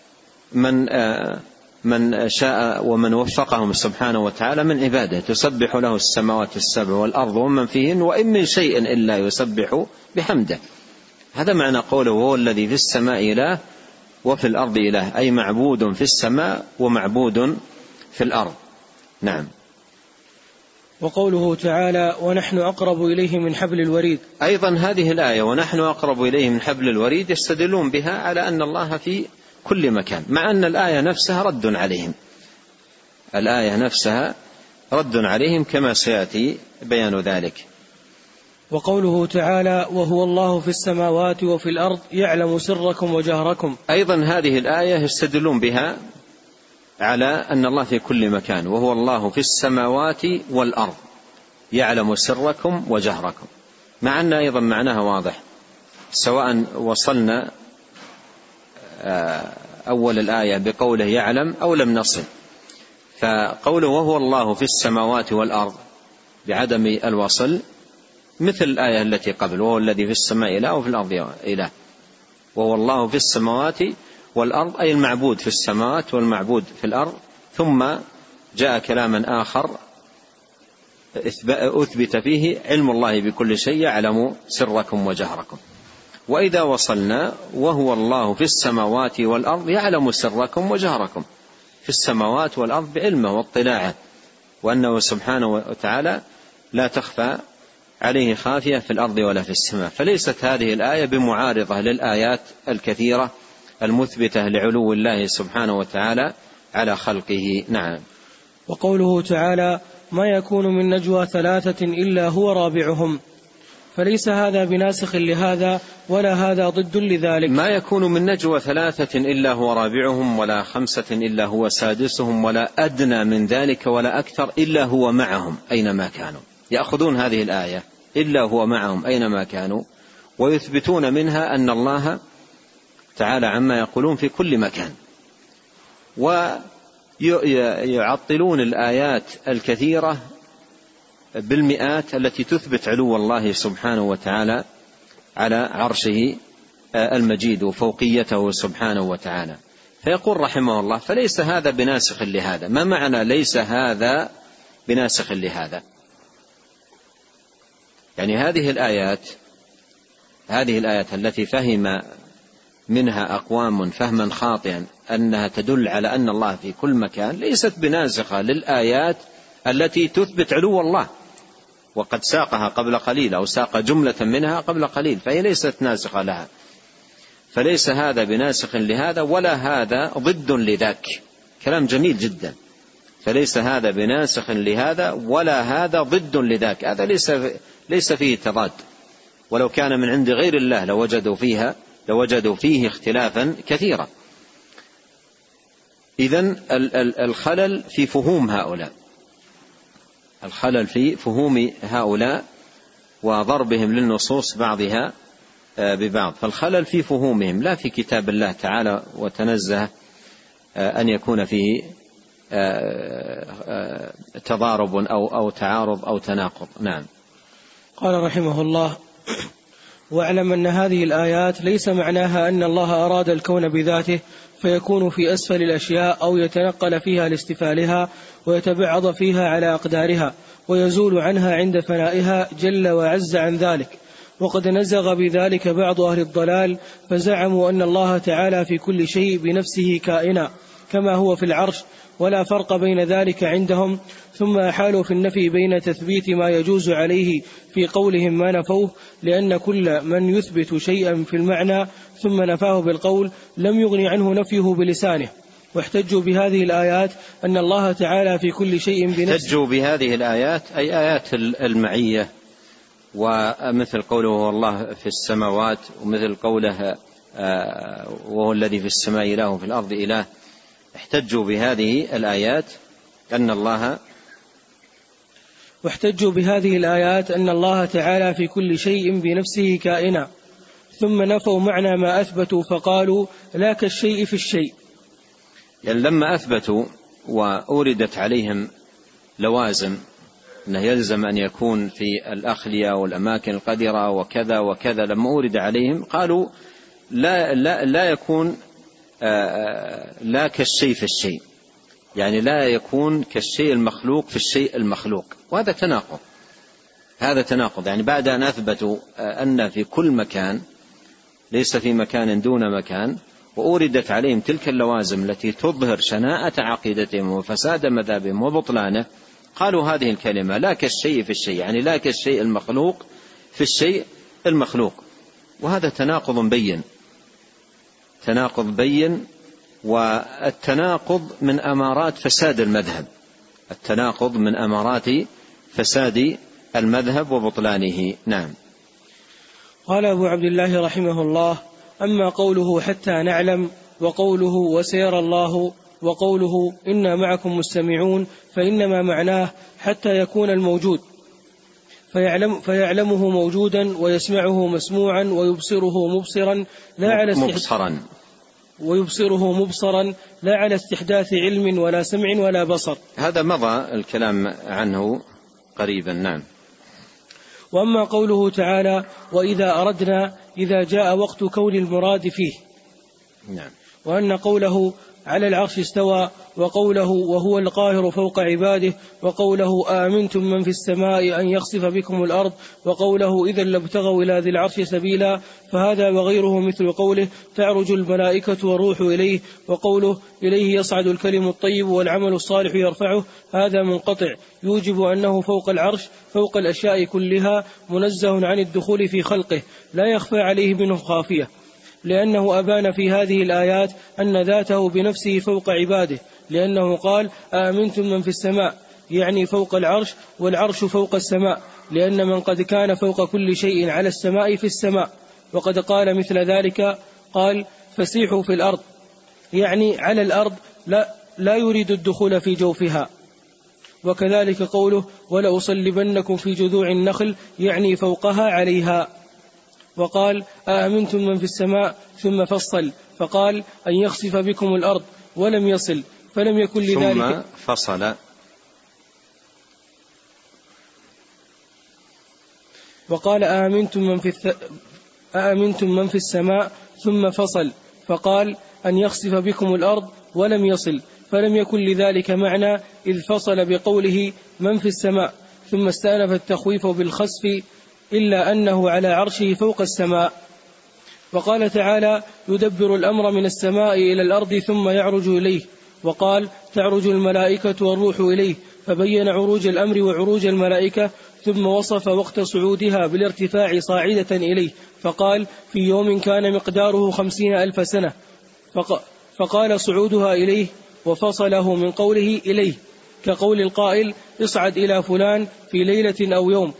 من شاء ومن وفقهم سبحانه وتعالى من عباده، تسبح له السماوات السبع والأرض ومن فيهن وإن من شيء إلا يسبح بحمده. هذا معنى قوله وهو الذي في السماء إله وفي الأرض إله، أي معبود في السماء ومعبود في الأرض. نعم. وقوله تعالى ونحن أقرب إليه من حبل الوريد، أيضا هذه الآية ونحن أقرب إليه من حبل الوريد يستدلون بها على أن الله في كل مكان، مع أن الآية نفسها رد عليهم، الآية نفسها رد عليهم كما سيأتي بيان ذلك. وقوله تعالى وهو الله في السماوات وفي الأرض يعلم سركم وجهركم، أيضا هذه الآية يستدلون بها على أن الله في كل مكان، وهو الله في السماوات والأرض يعلم سركم وجهركم، مع أن أيضا معناها واضح، سواء وصلنا أول الآية بقوله يعلم أو لم نصل. فقوله وهو الله في السماوات والأرض بعدم الوصل مثل الآية التي قبل وهو الذي في السماء إله وفي الأرض إله، وهو الله في السماوات والأرض أي المعبود في السماوات والمعبود في الأرض. ثم جاء كلاما آخر أثبت فيه علم الله بكل شيء يعلم سركم وجهركم. وإذا وصلنا وهو الله في السماوات والأرض يعلم سركم وجهركم، في السماوات والأرض بعلمه واطلاعه، وأنه سبحانه وتعالى لا تخفى عليه خافية في الأرض ولا في السماء. فليست هذه الآية بمعارضة للآيات الكثيرة المثبتة لعلو الله سبحانه وتعالى على خلقه. نعم. وقوله تعالى ما يكون من نجوى ثلاثة إلا هو رابعهم، فليس هذا بناسخ لهذا ولا هذا ضد لذلك. ما يكون من نجوى ثلاثة إلا هو رابعهم ولا خمسة إلا هو سادسهم ولا أدنى من ذلك ولا أكثر إلا هو معهم أينما كانوا. يأخذون هذه الآية إلا هو معهم أينما كانوا ويثبتون منها أن الله تعالى عما يقولون في كل مكان، ويعطلون الآيات الكثيرة بالمئات التي تثبت علو الله سبحانه وتعالى على عرشه المجيد وفوقيته سبحانه وتعالى. فيقول رحمه الله فليس هذا بناسخ لهذا. ما معنى ليس هذا بناسخ لهذا؟ يعني هذه الآيات التي فهم منها أقوام فهما خاطئا أنها تدل على أن الله في كل مكان ليست بناسخة للآيات التي تثبت علو الله، وقد ساقها قبل قليل أو ساق جملة منها قبل قليل، فهي ليست ناسخة لها. فليس هذا بناسخ لهذا ولا هذا ضد لذاك. كلام جميل جدا. فليس هذا بناسخ لهذا ولا هذا ضد لذاك. هذا ليس فيه تضاد، ولو كان من عند غير الله لوجدوا فيه اختلافا كثيرا. إذن الخلل في فهوم هؤلاء، الخلل في فهوم هؤلاء وضربهم للنصوص بعضها ببعض. فالخلل في فهومهم لا في كتاب الله تعالى وتنزه أن يكون فيه تضارب أو تعارض أو تناقض. نعم. قال رحمه الله: واعلم أن هذه الآيات ليس معناها أن الله أراد الكون بذاته فيكون في أسفل الأشياء أو يتنقل فيها لاستفالها ويتبعض فيها على أقدارها ويزول عنها عند فنائها جل وعز عن ذلك. وقد نزغ بذلك بعض أهل الضلال فزعموا أن الله تعالى في كل شيء بنفسه كائنا كما هو في العرش ولا فرق بين ذلك عندهم، ثم أحالوا في النفي بين تثبيت ما يجوز عليه في قولهم ما نفوه، لأن كل من يثبت شيئا في المعنى ثم نفاه بالقول لم يغن عنه نفيه بلسانه. واحتجوا بهذه الآيات أن الله تعالى في كل شيء بنفسه. احتجوا بهذه الآيات أي آيات المعية، ومثل قوله هو الله في السماوات، ومثل قوله وهو الذي في السماء إله وفي الأرض إله. احتجوا بهذه الآيات أن الله تعالى في كل شيء بنفسه كائنا، ثم نفوا معنى ما أثبتوا فقالوا لا كالشيء في الشيء. يعني لما أثبتوا وأوردت عليهم لوازم أنه يلزم أن يكون في الأخلية والأماكن القدرة وكذا وكذا، لما أورد عليهم قالوا لا يكون لا كالشيء في الشيء، يعني لا يكون كالشيء المخلوق في الشيء المخلوق. وهذا تناقض، هذا تناقض. يعني بعد أن أثبتوا أن في كل مكان ليس في مكان دون مكان، وأوردت عليهم تلك اللوازم التي تظهر شناعة عقيدتهم وفساد مذهبهم وبطلانه، قالوا هذه الكلمة لا كالشيء في الشيء، يعني لا كالشيء المخلوق في الشيء المخلوق. وهذا تناقض بين، تناقض بين. والتناقض من أمارات فساد المذهب، التناقض من أمارات فساد المذهب وبطلانه. نعم. قال أبو عبد الله رحمه الله: أما قوله حتى نعلم، وقوله وسيرى الله، وقوله إنا معكم مستمعون، فإنما معناه حتى يكون الموجود فيعلمه موجودا ويسمعه مسموعا ويبصره مبصرا لا على استحداث علم ولا سمع ولا بصر. هذا مضى الكلام عنه قريبا. نعم. وأما قوله تعالى: وإذا أردنا، إذا جاء وقت كون المراد فيه. نعم. وأن قوله على العرش استوى، وقوله وهو القاهر فوق عباده، وقوله آمنتم من في السماء أن يخسف بكم الأرض، وقوله إذا لابتغوا إلى ذي العرش سبيلا، فهذا وغيره مثل قوله تعرج الملائكة والروح إليه، وقوله إليه يصعد الكلم الطيب والعمل الصالح يرفعه، هذا منقطع يوجب أنه فوق العرش فوق الأشياء كلها، منزه عن الدخول في خلقه، لا يخفى عليه منه خافية، لأنه أبان في هذه الآيات أن ذاته بنفسه فوق عباده، لأنه قال آمنتم من في السماء، يعني فوق العرش، والعرش فوق السماء، لأن من قد كان فوق كل شيء على السماء في السماء. وقد قال مثل ذلك، قال فسيحوا في الأرض، يعني على الأرض، لا يريد الدخول في جوفها. وكذلك قوله ولأصلبنكم في جذوع النخل، يعني فوقها عليها. وقال آمنتم من في السماء، ثم فصل فقال أن يخسف بكم الأرض، ولم يصل، فلم يكن لذلك. ثم فصل. وقال آمنتم من في السماء، ثم فصل فقال أن يخسف بكم الأرض، ولم يصل، فلم يكن لذلك معنى، إذ فصل بقوله من في السماء، ثم استأنف التخويف بالخسف، إلا أنه على عرشه فوق السماء. وقال تعالى يدبر الأمر من السماء إلى الأرض ثم يعرج إليه. وقال تعرج الملائكة والروح إليه، فبين عروج الأمر وعروج الملائكة، ثم وصف وقت صعودها بالارتفاع صاعدة إليه، فقال في يوم كان مقداره 50,000 سنة، فقال صعودها إليه وفصله من قوله إليه، كقول القائل اصعد إلى فلان في ليلة أو يوم،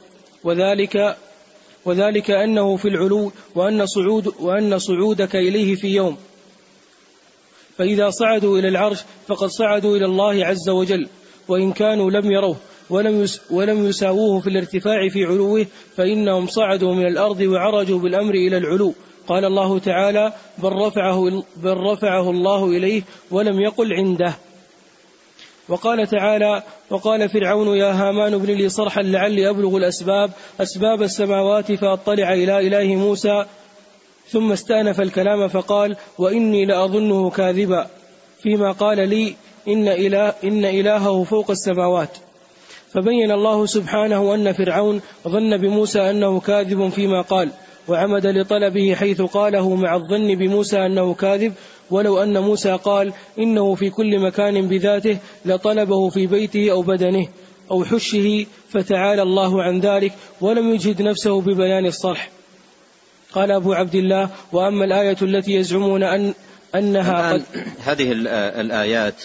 وذلك أنه في العلو، وأن صعودك إليه في يوم. فإذا صعدوا إلى العرش فقد صعدوا إلى الله عز وجل، وإن كانوا لم يروه ولم يساووه في الارتفاع في علوه، فإنهم صعدوا من الأرض وعرجوا بالأمر إلى العلو. قال الله تعالى بل رفعه الله إليه ولم يقل عنده. وقال تعالى وقال فرعون يا هامان ابن لي صرحا لعلي أبلغ أسباب السماوات فأطلع إلى إله موسى، ثم استأنف الكلام فقال وإني لأظنه كاذبا فيما قال لي إن إلهه فوق السماوات. فبين الله سبحانه أن فرعون ظن بموسى أنه كاذب فيما قال، وعمد لطلبه حيث قاله مع الظن بموسى أنه كاذب، ولو أن موسى قال إنه في كل مكان بذاته لطلبه في بيته أو بدنه أو حشه، فتعالى الله عن ذلك، ولم يجهد نفسه ببيان الصرح. قال أبو عبد الله وأما الآية التي يزعمون أنها هذه الآيات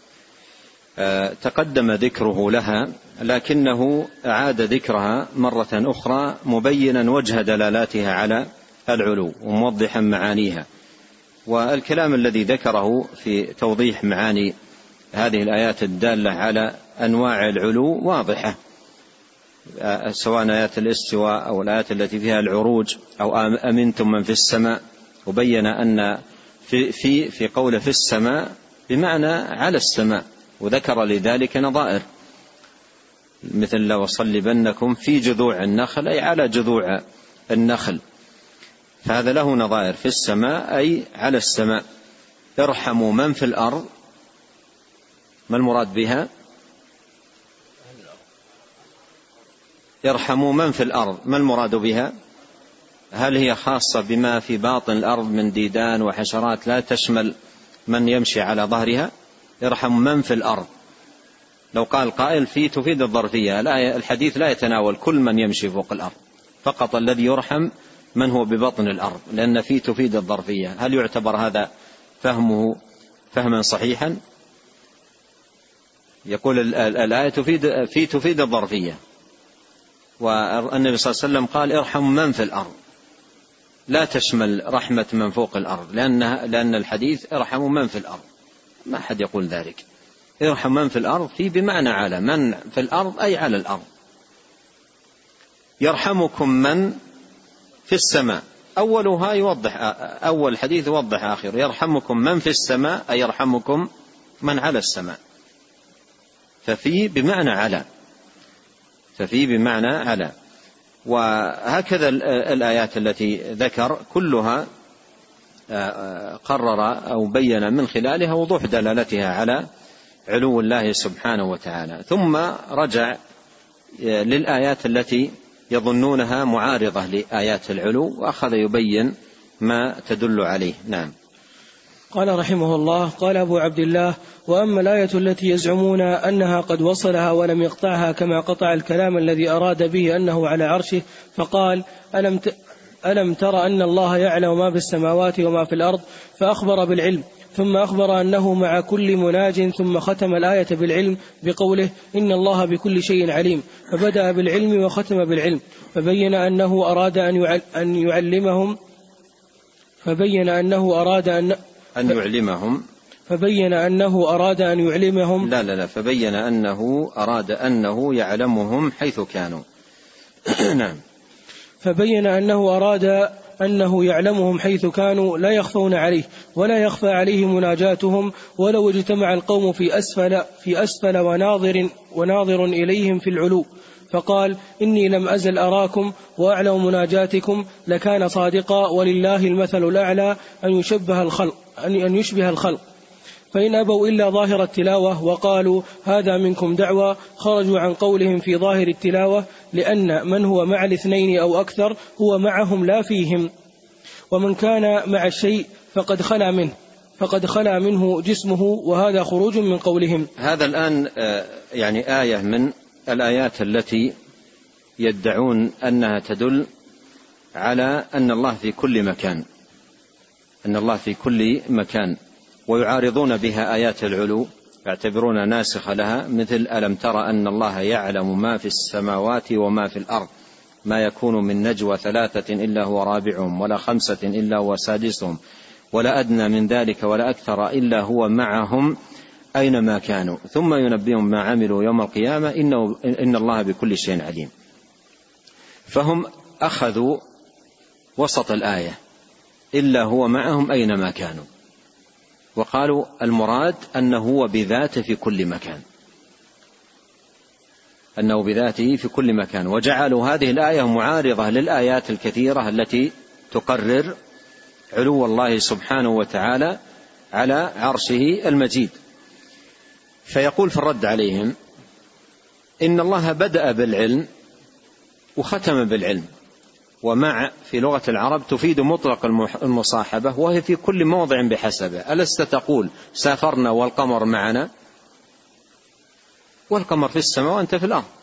تقدم ذكره لها، لكنه أعاد ذكرها مرة أخرى مبينا وجه دلالاتها على العلو وموضحا معانيها. والكلام الذي ذكره في توضيح معاني هذه الآيات الدالة على أنواع العلو واضحة، سواء آيات الاستواء أو الآيات التي فيها العروج أو أمنتم من في السماء. وبين أن في قول في السماء بمعنى على السماء، وذكر لذلك نظائر مثل وصلبنكم في جذوع النخل أي على جذوع النخل، فهذا له نظائر. في السماء أي على السماء. ارحموا من في الأرض، ما المراد بها؟ ارحموا من في الأرض، ما المراد بها؟ هل هي خاصة بما في باطن الأرض من ديدان وحشرات لا تشمل من يمشي على ظهرها؟ ارحموا من في الأرض. لو قال قائل في تفيد الظرفية، الحديث لا يتناول كل من يمشي فوق الأرض، فقط الذي يرحم من هو ببطن الأرض، لأن في تفيد الظرفية. هل يعتبر هذا فهمه فهما صحيحا؟ يقول الآية تفيد الظرفية، والنبي صلى الله عليه وسلم قال ارحموا من في الأرض، لا تشمل رحمة من فوق الأرض، لأن الحديث ارحموا من في الأرض، ما أحد يقول ذلك. ارحم من في الأرض في بمعنى على، من في الأرض أي على الأرض. يرحمكم من في السماء، أولها يوضح، أول حديث يوضح آخر. يرحمكم من في السماء أي يرحمكم من على السماء، ففي بمعنى على، ففي بمعنى على. وهكذا الآيات التي ذكر كلها قرر أو بين من خلالها وضوح دلالتها على علو الله سبحانه وتعالى. ثم رجع للآيات التي يظنونها معارضة لآيات العلو، وأخذ يبين ما تدل عليه. نعم. قال رحمه الله قال أبو عبد الله وأما الآية التي يزعمون أنها قد وصلها ولم يقطعها كما قطع الكلام الذي أراد به أنه على عرشه، فقال ألم تر أن الله يعلم ما في السماوات وما في الأرض، فأخبر بالعلم، ثم أخبر أنه مع كل مناج، ثم ختم الآية بالعلم بقوله إن الله بكل شيء عليم، فبدأ بالعلم وختم بالعلم، فبين أنه أراد أن يعلمهم فبين أنه أراد أن يعلمهم فبين أنه أراد أن يعلمهم فبين أنه أراد أنه يعلمهم حيث كانوا. نعم. فبين أنه أراد أنه يعلمهم حيث كانوا لا يخفون عليه ولا يخفى عليه مناجاتهم، ولو اجتمع القوم في أسفل وناظر إليهم في العلو، فقال إني لم أزل أراكم وأعلم مناجاتكم، لكان صادقا ولله المثل الأعلى أن يشبه الخلق. فإن أبوا إلا ظاهر التلاوة وقالوا هذا منكم دعوى، خرجوا عن قولهم في ظاهر التلاوة، لأن من هو مع الاثنين أو أكثر هو معهم لا فيهم. ومن كان مع الشيء فقد خلا منه جسمه، وهذا خروج من قولهم. هذا الآن يعني آية من الآيات التي يدعون أنها تدل على أن الله في كل مكان، أن الله في كل مكان، ويعارضون بها آيات العلو، يعتبرون ناسخة لها، مثل ألم تر أن الله يعلم ما في السماوات وما في الأرض، ما يكون من نجوى 3 إلا هو رابعهم، ولا 5 إلا هو سادسهم، ولا أدنى من ذلك ولا أكثر إلا هو معهم أينما كانوا، ثم ينبئهم ما عملوا يوم القيامة إن الله بكل شيء عليم. فهم أخذوا وسط الآية إلا هو معهم أينما كانوا، وقالوا المراد أنه هو بذاته في كل مكان، أنه بذاته في كل مكان، وجعلوا هذه الآية معارضة للآيات الكثيرة التي تقرر علو الله سبحانه وتعالى على عرشه المجيد. فيقول في الرد عليهم إن الله بدأ بالعلم وختم بالعلم، ومع في لغة العرب تفيد مطلق المصاحبة، وهي في كل موضع بحسبه. ألست تقول سافرنا والقمر معنا؟ والقمر في السماء وأنت في الأرض.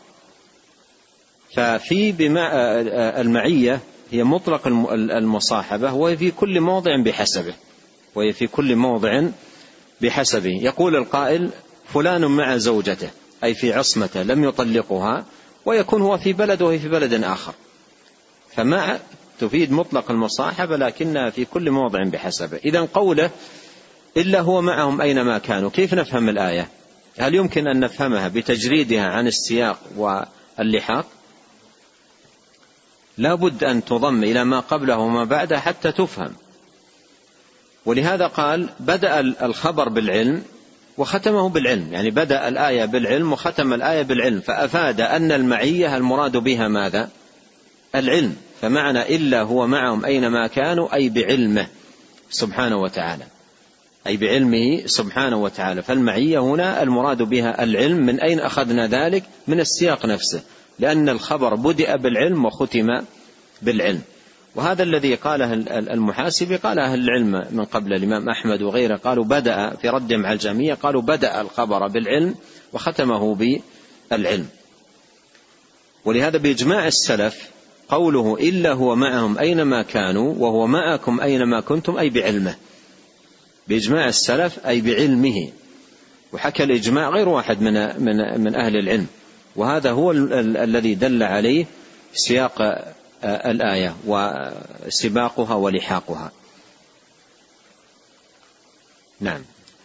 ففي المعية هي مطلق المصاحبة، وهي في كل موضع بحسبه، وهي في كل موضع بحسبه. يقول القائل فلان مع زوجته، أي في عصمته لم يطلقها، ويكون هو في بلد وهي في بلد آخر، فمع تفيد مطلق المصاحبة لكنها في كل موضع بحسبه. إذن قوله إلا هو معهم أينما كانوا، كيف نفهم الآية؟ هل يمكن أن نفهمها بتجريدها عن السياق واللحاق؟ لا بد أن تضم إلى ما قبله وما بعده حتى تفهم. ولهذا قال بدأ الخبر بالعلم وختمه بالعلم، يعني بدأ الآية بالعلم وختم الآية بالعلم، فأفاد أن المعية المراد بها ماذا؟ العلم. فمعنى إلا هو معهم أينما كانوا أي بعلمه سبحانه وتعالى، أي بعلمه سبحانه وتعالى. فالمعية هنا المراد بها العلم. من أين أخذنا ذلك؟ من السياق نفسه، لأن الخبر بدأ بالعلم وختم بالعلم. وهذا الذي قاله المحاسبي قال أهل العلم من قبل الإمام أحمد وغيره، قالوا بدأ في ردهم على الجهمية، قالوا بدأ الخبر بالعلم وختمه بالعلم. ولهذا بإجماع السلف قوله إلا هو معهم أينما كانوا وهو معكم أينما كنتم أي بعلمه، بإجماع السلف أي بعلمه. وحكى الإجماع غير واحد من أهل العلم، وهذا هو الذي دل عليه سياق الآية وسباقها ولحاقها. نعم.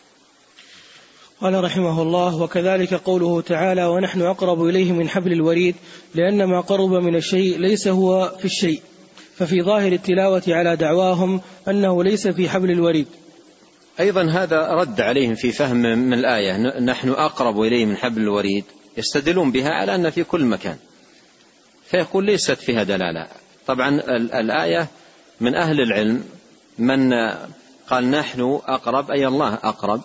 قال رحمه الله: وكذلك قوله تعالى: ونحن أقرب إليه من حبل الوريد، لأن ما قرب من الشيء ليس هو في الشيء، ففي ظاهر التلاوة على دعواهم أنه ليس في حبل الوريد. أيضا هذا رد عليهم في فهم من الآية نحن أقرب إليه من حبل الوريد، يستدلون بها على أن في كل مكان، فيقول ليست فيها دلالة. طبعا الآية من أهل العلم من قال نحن أقرب أي الله أقرب،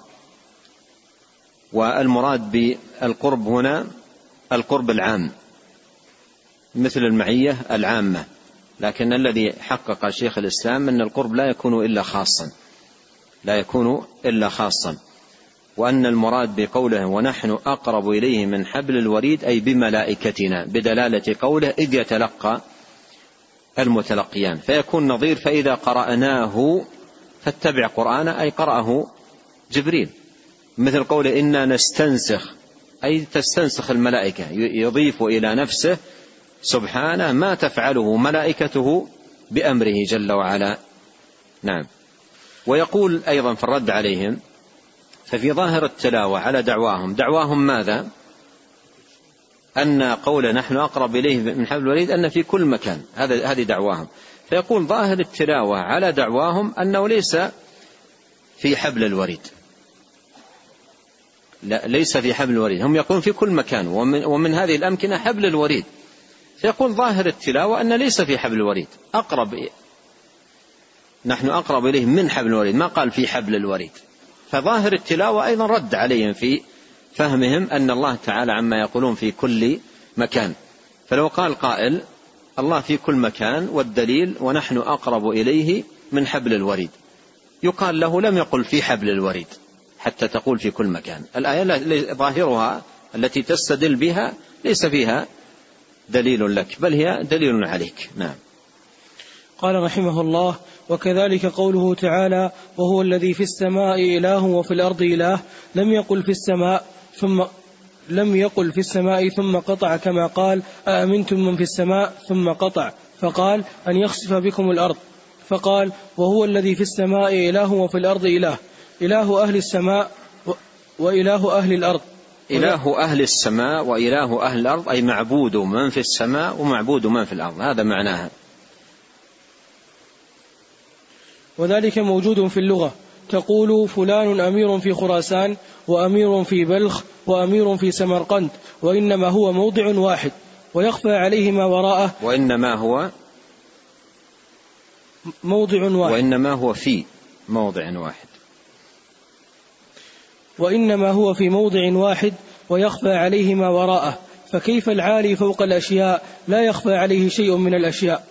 والمراد بالقرب هنا القرب العام مثل المعية العامة، لكن الذي حقق شيخ الإسلام أن القرب لا يكون إلا خاصا، لا يكون إلا خاصا، وأن المراد بقوله ونحن أقرب إليه من حبل الوريد أي بملائكتنا، بدلالة قوله إذ يتلقى المتلقيان، فيكون نظير فإذا قرأناه فاتبع قرآنه أي قرأه جبريل، مثل قوله إنا نستنسخ أي تستنسخ الملائكة، يضيف إلى نفسه سبحانه ما تفعله ملائكته بأمره جل وعلا. نعم. ويقول أيضا في الرد عليهم ففي ظاهر التلاوة على دعواهم ماذا؟ أن قول نحن أقرب إليه من حبل الوريد أن في كل مكان، هذه دعواهم. فيقول ظاهر التلاوة على دعواهم أنه ليس في حبل الوريد، لا ليس في حبل الوريد، هم يقولون في كل مكان ومن هذه الأمكنة حبل الوريد، فيقول ظاهر التلاوة أن ليس في حبل الوريد، نحن أقرب إليه من حبل الوريد، ما قال في حبل الوريد. فظاهر التلاوة أيضا رد عليهم في فهمهم أن الله تعالى عما يقولون في كل مكان. فلو قال قائل الله في كل مكان والدليل ونحن أقرب إليه من حبل الوريد، يقال له لم يقل في حبل الوريد حتى تقول في كل مكان. الآية ظاهرها التي تستدل بها ليس فيها دليل لك، بل هي دليل عليك. نعم. قال رحمه الله: وكذلك قوله تعالى: وهو الذي في السماء إله وفي الأرض إله، لم يقل في السماء ثم قطع، كما قال: أأمنتم من في السماء ثم قطع، فقال: أن يخسف بكم الأرض، فقال: وهو الذي في السماء إله وفي الأرض إله، إله أهل السماء وإله أهل الأرض. إله أهل السماء وإله أهل الأرض، أي معبود من في السماء ومعبود من في الأرض، هذا معناها. وذلك موجود في اللغة، تقول: فلان أمير في خراسان، وأمير في بلخ، وأمير في سمرقند، وإنما هو موضع واحد ويخفى عليه ما وراءه، وإنما هو موضع واحد، وإنما هو في موضع واحد، وإنما هو في موضع واحد ويخفى عليه ما وراءه. فكيف العالي فوق الأشياء لا يخفى عليه شيء من الأشياء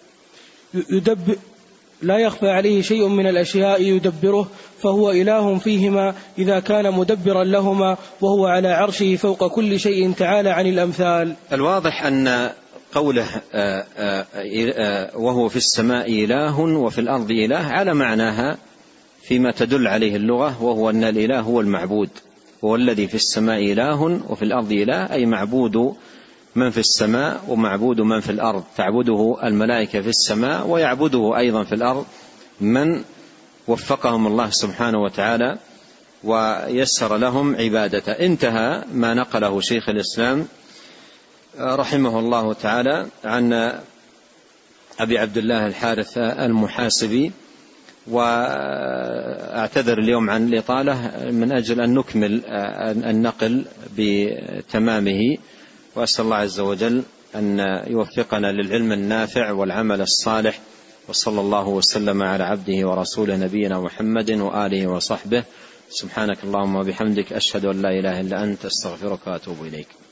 لا يخفى عليه شيء من الأشياء يدبره، فهو إله فيهما إذا كان مدبرا لهما، وهو على عرشه فوق كل شيء تعالى عن الأمثال. الواضح أن قوله وهو في السماء إله وفي الأرض إله على معناها فيما تدل عليه اللغة، وهو أن الإله هو المعبود، هو الذي في السماء إله وفي الأرض إله، أي معبود من في السماء ومعبود من في الأرض، تعبده الملائكة في السماء ويعبده أيضا في الأرض من وفقهم الله سبحانه وتعالى ويسر لهم عبادته. انتهى ما نقله شيخ الإسلام رحمه الله تعالى عن أبي عبد الله الحارث المحاسبي، وأعتذر اليوم عن الإطالة من أجل أن نكمل النقل بتمامه، وأسأل الله عز وجل أن يوفقنا للعلم النافع والعمل الصالح، وصلى الله وسلم على عبده ورسوله نبينا محمد وآله وصحبه. سبحانك اللهم وبحمدك، أشهد أن لا إله إلا أنت، أستغفرك وأتوب إليك.